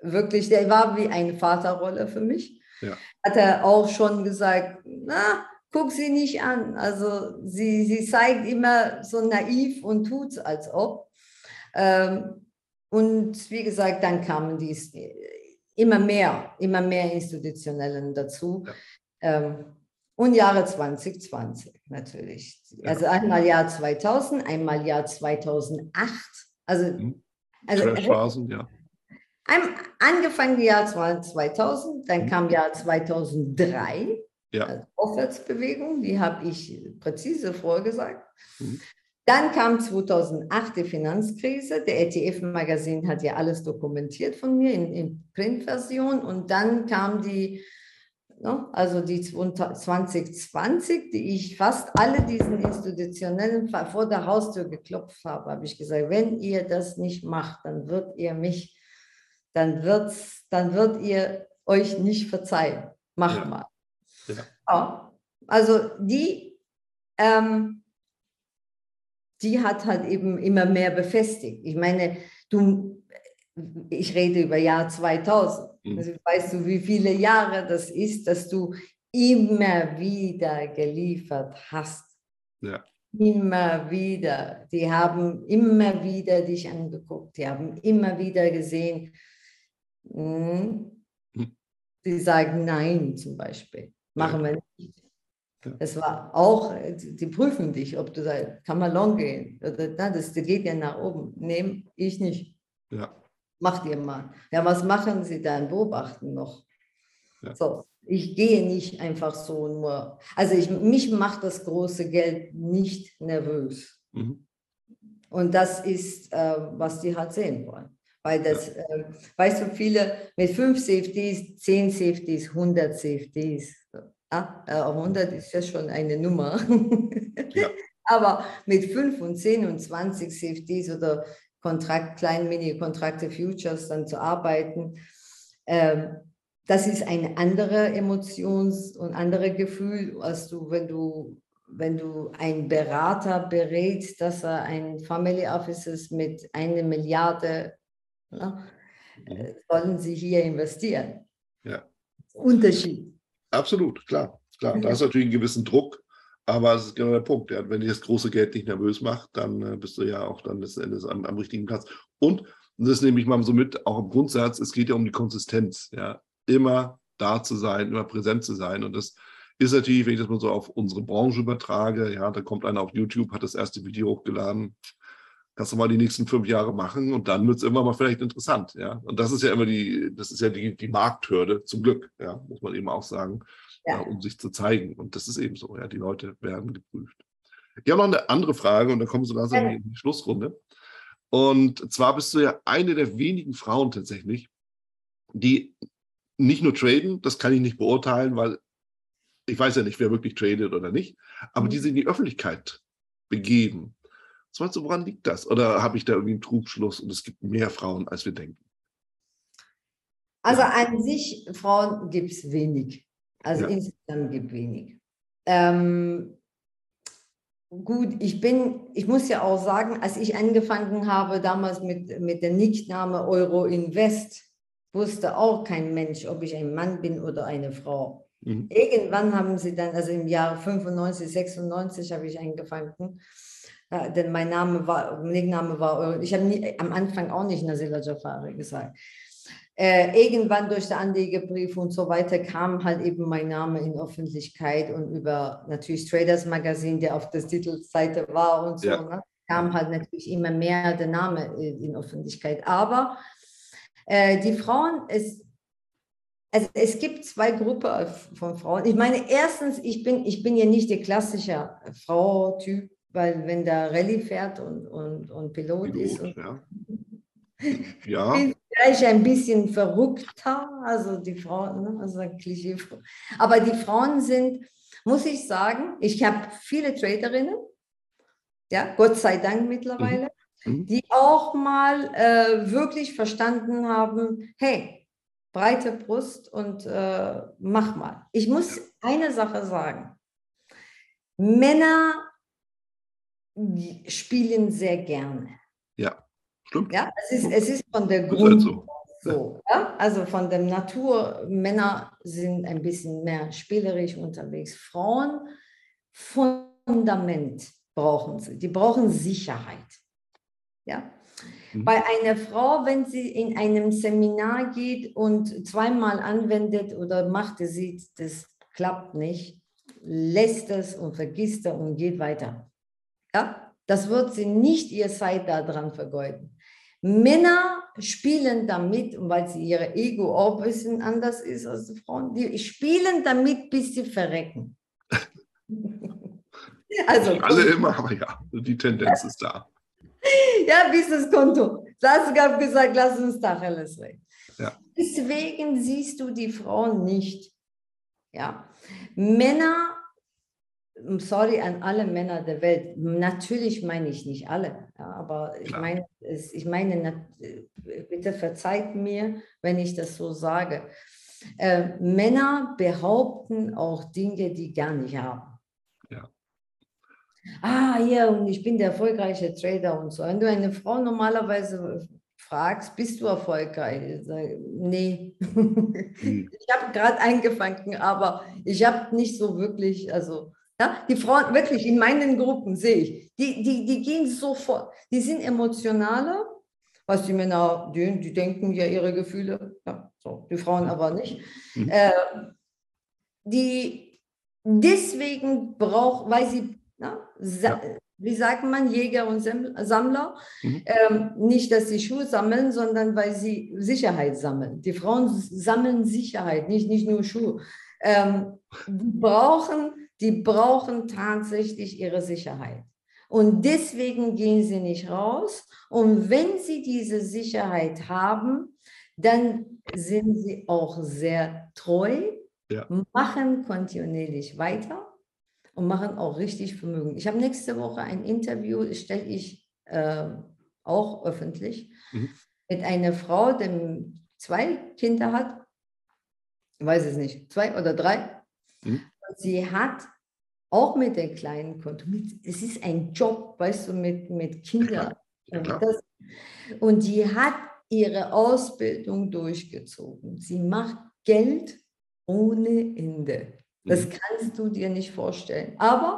wirklich, der war wie eine Vaterrolle für mich. Ja. Hat er auch schon gesagt, na, guck sie nicht an. Also sie, sie zeigt immer so naiv und tut es als ob. Ähm, und wie gesagt, dann kamen die immer mehr, immer mehr Institutionellen dazu. Ja. Ähm, und Jahre zwanzig zwanzig natürlich. Ja. Also einmal Jahr zweitausend, einmal Jahr zweitausendacht. Also, Mhm. also Crashphasen, ja. Angefangen Jahr zweitausend, dann Mhm. kam Jahr zweitausenddrei, Ja. also Aufwärtsbewegung, die habe ich präzise vorgesagt. Mhm. Dann kam zweitausendacht die Finanzkrise. Der E T F-Magazin hat ja alles dokumentiert von mir in, in Printversion. Und dann kam die, no, also die zwanzig zwanzig, die ich fast alle diesen institutionellen vor der Haustür geklopft habe, habe ich gesagt, wenn ihr das nicht macht, dann wird ihr mich, dann wird's, dann wird ihr euch nicht verzeihen. Macht Ja. mal. Ja. Ja, also die, ähm, die hat halt eben immer mehr befestigt. Ich meine, du, ich rede über Jahr zweitausend. Mhm. Also weißt du, wie viele Jahre das ist, dass du immer wieder geliefert hast. Ja. Immer wieder. Die haben immer wieder dich angeguckt. Die haben immer wieder gesehen, mh, Mhm. die sagen Nein zum Beispiel. Machen Ja. wir nicht. Ja. Das war auch, die prüfen dich, ob du da, kann man long gehen? Oder, na, das geht ja nach oben. Nehm ich nicht. Ja. Macht ihr mal. Ja, was machen sie dann? Beobachten noch. Ja. So, ich gehe nicht einfach so nur. Also ich, mich macht das große Geld nicht nervös. Mhm. Und das ist, äh, was die halt sehen wollen. Weil das, Ja. äh, weißt du, viele mit fünf C F Ds, zehn C F Ds, hundert C F Ds. Ah, äh, hundert ist ja schon eine Nummer. Ja. Aber mit fünf und zehn und zwanzig C F Ds oder Kontrakt, kleinen Mini-Kontrakte, Futures dann zu arbeiten, ähm, das ist eine andere Emotions- und andere Gefühl, als du, wenn du, wenn du einen Berater berätst, dass er ein Family Offices mit einer Milliarde, na, Mhm. sollen sie hier investieren. Ja. Unterschied. Absolut, klar, klar. Da ist natürlich einen gewissen Druck, aber es ist genau der Punkt. Ja. Wenn dich das große Geld nicht nervös macht, dann äh, bist du ja auch dann letzten Endes am, am richtigen Platz. Und, und das nehme ich mal so mit, auch im Grundsatz, es geht ja um die Konsistenz. Ja. Immer da zu sein, immer präsent zu sein. Und das ist natürlich, wenn ich das mal so auf unsere Branche übertrage, ja, da kommt einer auf YouTube, hat das erste Video hochgeladen, kannst du mal die nächsten fünf Jahre machen und dann wird es immer mal vielleicht interessant, ja. Und das ist ja immer die, das ist ja die, die Markthürde, zum Glück, ja, muss man eben auch sagen, Ja. äh, um sich zu zeigen. Und das ist eben so, ja, die Leute werden geprüft. Ich habe noch eine andere Frage und dann kommen wir so langsam in die Schlussrunde. Und zwar bist du ja eine der wenigen Frauen tatsächlich, die nicht nur traden, das kann ich nicht beurteilen, weil ich weiß ja nicht, wer wirklich tradet oder nicht, aber die sich in die Öffentlichkeit begeben. Was meinst du, woran liegt das? Oder habe ich da irgendwie einen Trugschluss und es gibt mehr Frauen, als wir denken? Also an sich, Frauen gibt es wenig. Also Ja. insgesamt gibt es wenig. Ähm, gut, ich bin, ich muss ja auch sagen, als ich angefangen habe, damals mit, mit dem Nickname Euro Invest, wusste auch kein Mensch, ob ich ein Mann bin oder eine Frau. Mhm. Irgendwann haben sie dann, also im Jahr fünfundneunzig, sechsundneunzig habe ich angefangen, äh, denn mein Name war, Nickname war Euro. Ich habe nie, am Anfang auch nicht Nasila Jafari gesagt. Äh, irgendwann durch den Anlegerbrief und so weiter kam halt eben mein Name in Öffentlichkeit und über natürlich Traders Magazin, der auf der Titelseite war und so, Ja. ne, kam halt natürlich immer mehr der Name in Öffentlichkeit. Aber äh, die Frauen, es, also es gibt zwei Gruppen von Frauen. Ich meine, erstens, ich bin, ich bin ja nicht der klassische Frau-Typ, weil wenn der Rallye fährt und, und, und Pilot, Pilot, ist und ja. Ja. bin vielleicht ein bisschen verrückter, also die Frauen, ne? Also ein Klischee. Aber die Frauen sind, muss ich sagen, ich habe viele Traderinnen, ja, Gott sei Dank mittlerweile, Mhm. die auch mal äh, wirklich verstanden haben, hey, breite Brust und äh, mach mal. Ich muss eine Sache sagen, Männer spielen sehr gerne. Ja, stimmt. Ja, es ist, es ist von der Ist halt Grund so. So, ja? Also von der Natur, Männer sind ein bisschen mehr spielerisch unterwegs. Frauen, Fundament brauchen sie. Die brauchen Sicherheit. Ja? Mhm. Bei einer Frau, wenn sie in einem Seminar geht und zweimal anwendet oder macht, sieht, das klappt nicht, lässt es und vergisst es und geht weiter. Ja? Das wird sie nicht ihr Zeit daran vergeuden. Männer spielen damit, weil sie ihre Ego auch ein bisschen anders ist als die Frauen, die spielen damit, bis sie verrecken. Also, nicht alle immer, aber ja, die Tendenz ist da. Ja, bis das Konto. Ich habe gesagt, lass uns Tacheles reden. Ja. Deswegen siehst du die Frauen nicht. Ja. Männer, sorry an alle Männer der Welt, natürlich meine ich nicht alle, ja, aber ich Klar. meine, es, ich meine, bitte verzeiht mir, wenn ich das so sage. Äh, Männer behaupten auch Dinge, die gar nicht haben. Ja. Ah, ja, und ich bin der erfolgreiche Trader und so. Wenn du eine Frau normalerweise fragst, bist du erfolgreich? Ich sage, nee. Mhm. Ich habe gerade eingefangen, aber ich habe nicht so wirklich, also, ja, die Frauen, wirklich in meinen Gruppen sehe ich, die, die, die gehen sofort, die sind emotionaler, was die Männer, die, die denken ja ihre Gefühle, ja, so, die Frauen aber nicht. Mhm. Äh, die deswegen braucht, weil sie, na, Ja. wie sagt man, Jäger und Sammler, Mhm. ähm, nicht, dass sie Schuhe sammeln, sondern weil sie Sicherheit sammeln. Die Frauen sammeln Sicherheit, nicht, nicht nur Schuhe. Ähm, die, brauchen, die brauchen tatsächlich ihre Sicherheit. Und deswegen gehen sie nicht raus. Und wenn sie diese Sicherheit haben, dann sind sie auch sehr treu, Ja. machen kontinuierlich weiter und machen auch richtig Vermögen. Ich habe nächste Woche ein Interview, stelle ich äh, auch öffentlich, Mhm. mit einer Frau, die zwei Kinder hat, ich weiß es nicht, zwei oder drei. Mhm. Und sie hat auch mit den kleinen Konto, mit, es ist ein Job, weißt du, mit, mit Kindern. Ja, klar. Und, das, und die hat ihre Ausbildung durchgezogen. Sie macht Geld ohne Ende. Das Mhm. kannst du dir nicht vorstellen. Aber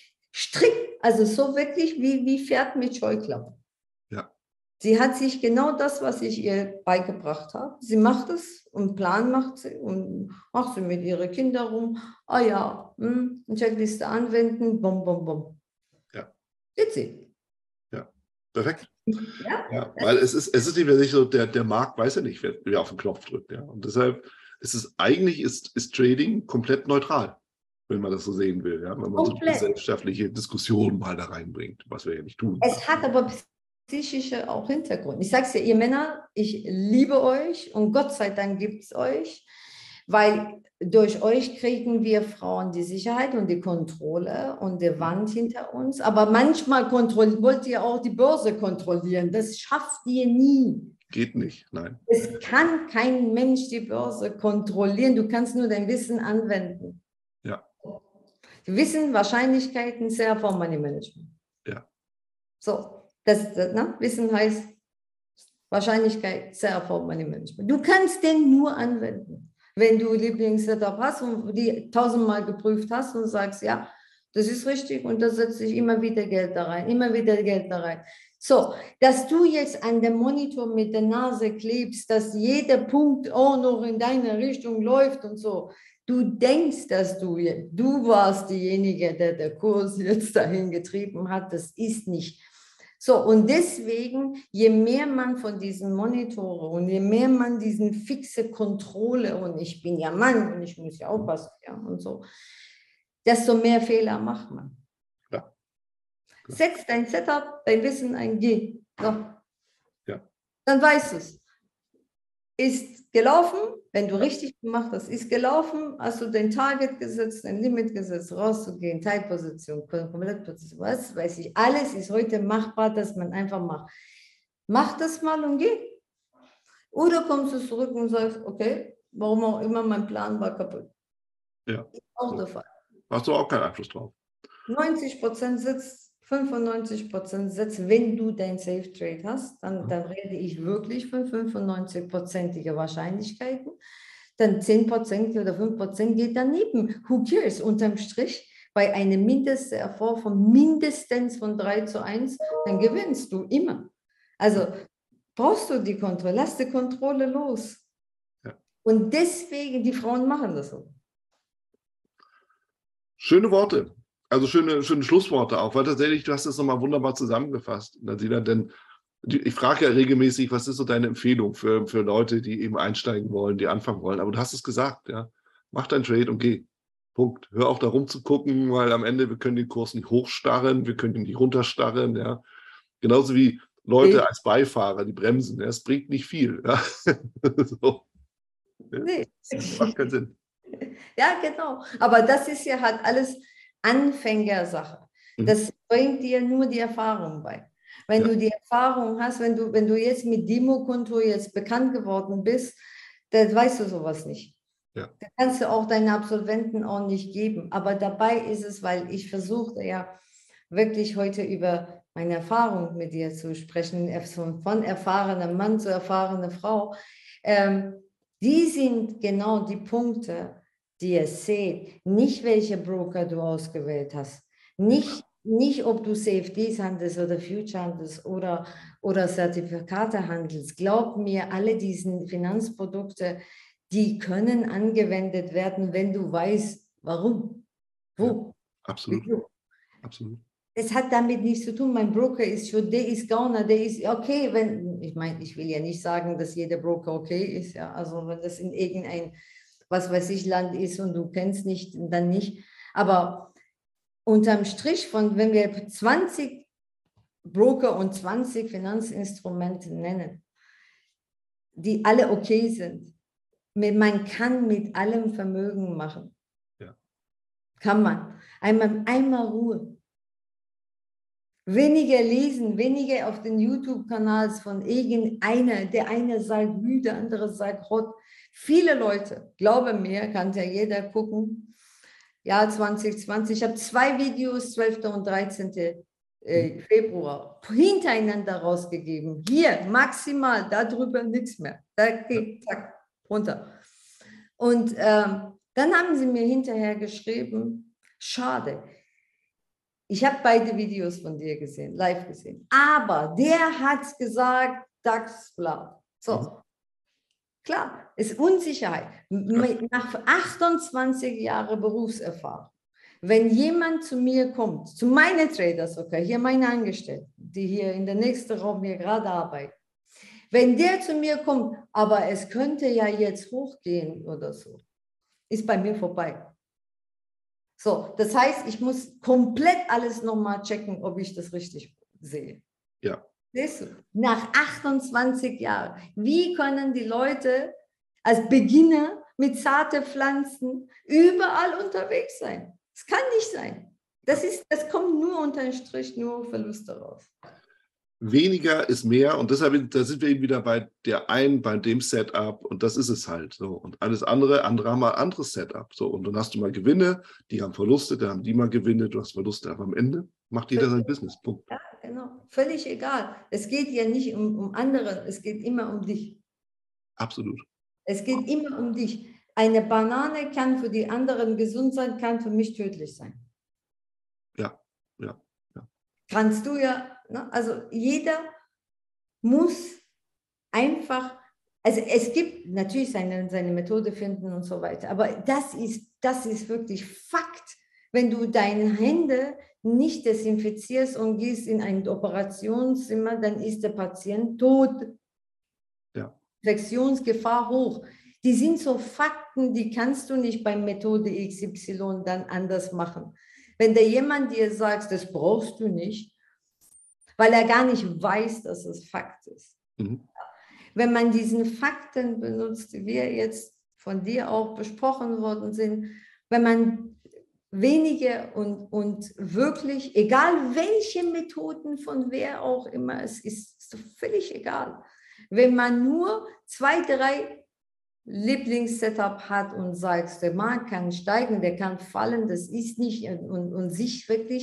strikt, also so wirklich wie, wie Pferd mit Scheuklappen. Ja. Sie hat sich genau das, was ich ihr beigebracht habe. Sie macht es und Plan macht sie und macht sie mit ihren Kindern rum. Ah ja, hm, Checkliste anwenden, bom, bom, bom. Ja. Geht sie. Ja. Perfekt. Ja? Ja, weil es ist, es ist nicht mehr nicht so, der, der Markt weiß ja nicht, wer, wer auf den Knopf drückt. Ja. Und deshalb ist es eigentlich ist, ist Trading komplett neutral, wenn man das so sehen will, ja. Wenn man so die Komplett. gesellschaftliche Diskussion mal da reinbringt, was wir ja nicht tun. Es hat aber psychische auch Hintergrund. Ich sage es ja, ihr Männer, ich liebe euch und Gott sei Dank gibt es euch, weil durch euch kriegen wir Frauen die Sicherheit und die Kontrolle und die Wand hinter uns. Aber manchmal wollt ihr auch die Börse kontrollieren. Das schafft ihr nie. Geht nicht, nein. Es kann kein Mensch die Börse kontrollieren. Du kannst nur dein Wissen anwenden. Ja. Wissen, Wahrscheinlichkeiten, sehr vom Money Management. Ja. So, das, das ne? Wissen heißt Wahrscheinlichkeit, sehr vom Money Management. Du kannst den nur anwenden, wenn du Lieblingssetup hast und die tausendmal geprüft hast und sagst, ja, das ist richtig und da setze ich immer wieder Geld da rein, immer wieder Geld da rein. So, dass du jetzt an dem Monitor mit der Nase klebst, dass jeder Punkt auch noch in deine Richtung läuft und so. Du denkst, dass du, du warst diejenige, der der Kurs jetzt dahin getrieben hat. Das ist nicht. So, und deswegen, je mehr man von diesen Monitoren und je mehr man diesen fixe Kontrolle und ich bin ja Mann und ich muss ja aufpassen, ja, und so, desto mehr Fehler macht man. Ja. Setz dein Setup, dein Wissen ein, geh. So. Ja. Dann weißt du es. Ist gelaufen, wenn du richtig gemacht hast, ist gelaufen, hast du dein Target gesetzt, dein Limit gesetzt, rauszugehen, Teilposition, Komplettposition, was weiß ich. Alles ist heute machbar, dass man einfach macht. Mach das mal und geh. Oder kommst du zurück und sagst, okay, warum auch immer, mein Plan war kaputt. Ja. Ist auch der Fall. Hast du auch keinen Einfluss drauf. neunzig Prozent sitzt, fünfundneunzig Prozent Sätze, wenn du dein Safe Trade hast, dann, dann rede ich wirklich von fünfundneunzig-prozentiger Wahrscheinlichkeiten. Dann zehn Prozent oder fünf Prozent geht daneben. Who cares? Unterm Strich, bei einem Mindesterfolg von mindestens von drei zu eins, dann gewinnst du immer. Also brauchst du die Kontrolle, lass die Kontrolle los. Ja. Und deswegen, die Frauen machen das so. Schöne Worte. Also schöne, schöne Schlussworte auch, weil tatsächlich, du hast das nochmal wunderbar zusammengefasst, Nasida, denn ich frage ja regelmäßig, was ist so deine Empfehlung für, für Leute, die eben einsteigen wollen, die anfangen wollen, aber du hast es gesagt, ja, mach dein Trade und geh, Punkt. Hör auf da rumzugucken, weil am Ende, wir können den Kurs nicht hochstarren, wir können ihn nicht runterstarren, ja, genauso wie Leute nee. als Beifahrer, die bremsen, ja? Es bringt nicht viel, ja, so. Nee. Das macht keinen Sinn. Ja, genau, aber das ist ja halt alles Anfängersache. Das bringt dir nur die Erfahrung bei. Wenn ja. du die Erfahrung hast, wenn du, wenn du jetzt mit Demokonto jetzt bekannt geworden bist, dann weißt du sowas nicht. Ja. Da kannst du auch deinen Absolventen auch nicht geben. Aber dabei ist es, weil ich versuchte ja wirklich heute über meine Erfahrung mit dir zu sprechen, von erfahrenem Mann zu erfahrener Frau. Ähm, die sind genau die Punkte, die ihr seht, nicht welche Broker du ausgewählt hast, nicht, nicht ob du C F Ds handelst oder Future handelst oder, oder Zertifikate handelst. Glaub mir, alle diese Finanzprodukte, die können angewendet werden, wenn du weißt, warum, wo. Ja, absolut. Wieso. Absolut. Es hat damit nichts zu tun, mein Broker ist schon, der ist Gauner, der ist okay, wenn, ich meine, ich will ja nicht sagen, dass jeder Broker okay ist, ja, also wenn das in irgendein, was weiß ich, Land ist und du kennst nicht, dann nicht, aber unterm Strich von, wenn wir zwanzig Broker und zwanzig Finanzinstrumente nennen, die alle okay sind, man kann mit allem Vermögen machen. Ja. Kann man. Einmal, einmal Ruhe. Weniger lesen, weniger auf den YouTube-Kanals von irgendeiner, der eine sagt Hü, der andere sagt Hot. Viele Leute, glaube mir, kann ja jeder gucken, Jahr zwanzig zwanzig, ich habe zwei Videos, zwölften und dreizehnten Februar, hintereinander rausgegeben. Hier, maximal, darüber nichts mehr. Da geht, zack, runter. Und ähm, dann haben sie mir hinterher geschrieben, schade, ich habe beide Videos von dir gesehen, live gesehen. Aber der hat gesagt, DAX, bla. So, klar, ist Unsicherheit. Nach achtundzwanzig Jahren Berufserfahrung, wenn jemand zu mir kommt, zu meinen Traders, okay, hier meine Angestellten, die hier in der nächsten Raum hier gerade arbeiten, wenn der zu mir kommt, aber es könnte ja jetzt hochgehen oder so, ist bei mir vorbei. So, das heißt, ich muss komplett alles nochmal checken, ob ich das richtig sehe. Ja. Siehst du? Nach achtundzwanzig Jahren. Wie können die Leute als Beginner mit zarten Pflanzen überall unterwegs sein? Das kann nicht sein. Das, ist, das kommt nur unter den Strich, nur Verluste raus. Weniger ist mehr und deshalb da sind wir eben wieder bei der einen, bei dem Setup und das ist es halt so. Und alles andere, andere haben mal ein anderes Setup. So, und dann hast du mal Gewinne, die haben Verluste, dann haben die mal Gewinne, du hast Verluste, aber am Ende macht jeder sein Business. Punkt. Ja, genau. Völlig egal. Es geht ja nicht um, um andere, es geht immer um dich. Absolut. Es geht immer um dich. Eine Banane kann für die anderen gesund sein, kann für mich tödlich sein. Ja, ja, ja. Kannst du ja, ne? Also jeder muss einfach, also es gibt natürlich seine, seine Methode finden und so weiter, aber das ist, das ist wirklich Fakt. Wenn du deine Hände nicht desinfizierst und gehst in ein Operationszimmer, dann ist der Patient tot. Ja. Infektionsgefahr hoch. Die sind so Fakten, die kannst du nicht bei Methode X Y dann anders machen. Wenn da jemand dir sagt, das brauchst du nicht, weil er gar nicht weiß, dass es Fakt ist. Mhm. Wenn man diesen Fakten benutzt, die wir jetzt von dir auch besprochen worden sind, wenn man wenige und, und wirklich, egal welche Methoden von wer auch immer, es ist so völlig egal. Wenn man nur zwei, drei Lieblingssetup hat und sagt, der Markt kann steigen, der kann fallen, das ist nicht, und, und sich wirklich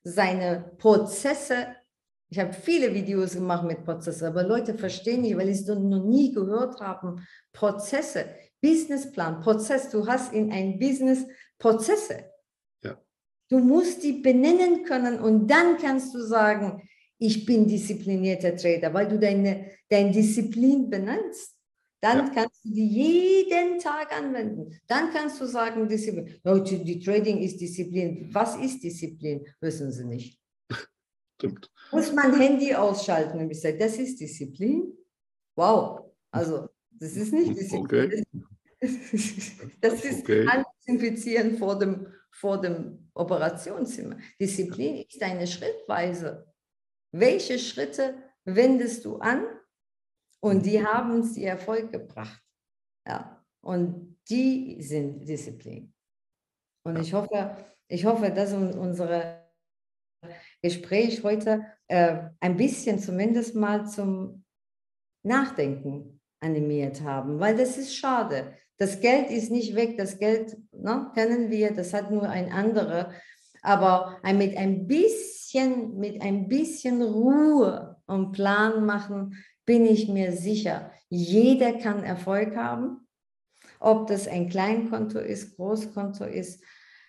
seine Prozesse. Ich habe viele Videos gemacht mit Prozessen, aber Leute verstehen nicht, weil sie es noch nie gehört haben. Prozesse, Businessplan, Prozess. Du hast in ein Business Prozesse. Ja. Du musst die benennen können und dann kannst du sagen, ich bin disziplinierter Trader, weil du deine, deine Disziplin benennst. Dann ja. kannst du die jeden Tag anwenden. Dann kannst du sagen, Disziplin. Leute, die Trading ist Disziplin. Was ist Disziplin? Wissen sie nicht. Stimmt. Muss man Handy ausschalten? Und ich sage, das ist Disziplin? Wow. Also, das ist nicht Disziplin. Okay. Das ist okay. Desinfizieren vor dem, vor dem Operationszimmer. Disziplin ist eine Schrittweise. Welche Schritte wendest du an? Und die haben uns die Erfolg gebracht. Ja. Und die sind Disziplin. Und ich hoffe, ich hoffe, dass unsere Gespräch heute äh, ein bisschen zumindest mal zum Nachdenken animiert haben, weil das ist schade. Das Geld ist nicht weg, das Geld, ne, kennen wir, das hat nur ein anderer. Aber mit ein bisschen, mit ein bisschen Ruhe und Plan machen, bin ich mir sicher, jeder kann Erfolg haben. Ob das ein Kleinkonto ist, Großkonto ist,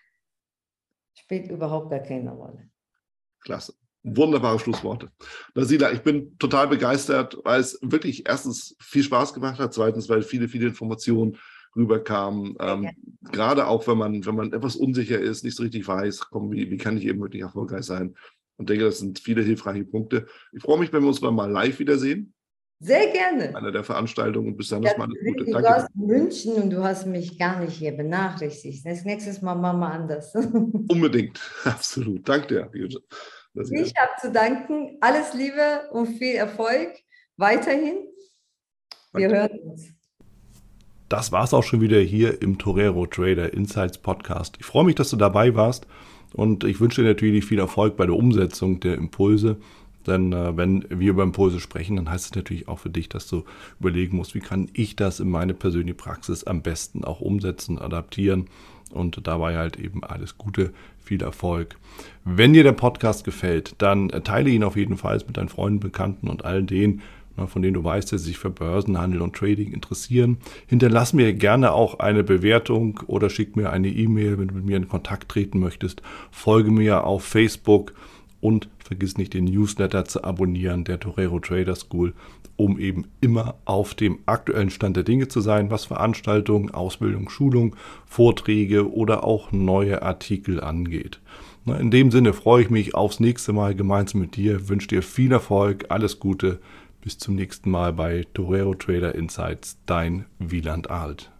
spielt überhaupt gar keine Rolle. Klasse. Wunderbare Schlussworte. Nasila, ich bin total begeistert, weil es wirklich erstens viel Spaß gemacht hat, zweitens, weil viele, viele Informationen rüberkamen. Ähm, gerade auch, wenn man, wenn man etwas unsicher ist, nicht so richtig weiß, komm, wie, wie kann ich eben wirklich erfolgreich sein? Und denke, das sind viele hilfreiche Punkte. Ich freue mich, wenn wir uns dann mal live wiedersehen. Sehr gerne. Einer der Veranstaltungen. Bis dann, das mal alles Gute. Du Danke. warst in München und du hast mich gar nicht hier benachrichtigt. Das nächste Mal machen wir anders. Unbedingt, absolut. Danke dir. Ich habe zu danken. Alles Liebe und viel Erfolg weiterhin. Wir Danke. Hören uns. Das war es auch schon wieder hier im Torero Trader Insights Podcast. Ich freue mich, dass du dabei warst und ich wünsche dir natürlich viel Erfolg bei der Umsetzung der Impulse. Denn äh, wenn wir über Impulse sprechen, dann heißt es natürlich auch für dich, dass du überlegen musst, wie kann ich das in meine persönliche Praxis am besten auch umsetzen, adaptieren und dabei halt eben alles Gute, viel Erfolg. Wenn dir der Podcast gefällt, dann teile ihn auf jeden Fall mit deinen Freunden, Bekannten und all denen, von denen du weißt, dass sie sich für Börsenhandel und Trading interessieren. Hinterlass mir gerne auch eine Bewertung oder schick mir eine E-Mail, wenn du mit mir in Kontakt treten möchtest. Folge mir auf Facebook. Und vergiss nicht, den Newsletter zu abonnieren, der Torero Trader School, um eben immer auf dem aktuellen Stand der Dinge zu sein, was Veranstaltungen, Ausbildung, Schulung, Vorträge oder auch neue Artikel angeht. In dem Sinne freue ich mich aufs nächste Mal gemeinsam mit dir, wünsche dir viel Erfolg, alles Gute, bis zum nächsten Mal bei Torero Trader Insights, dein Wieland Alt.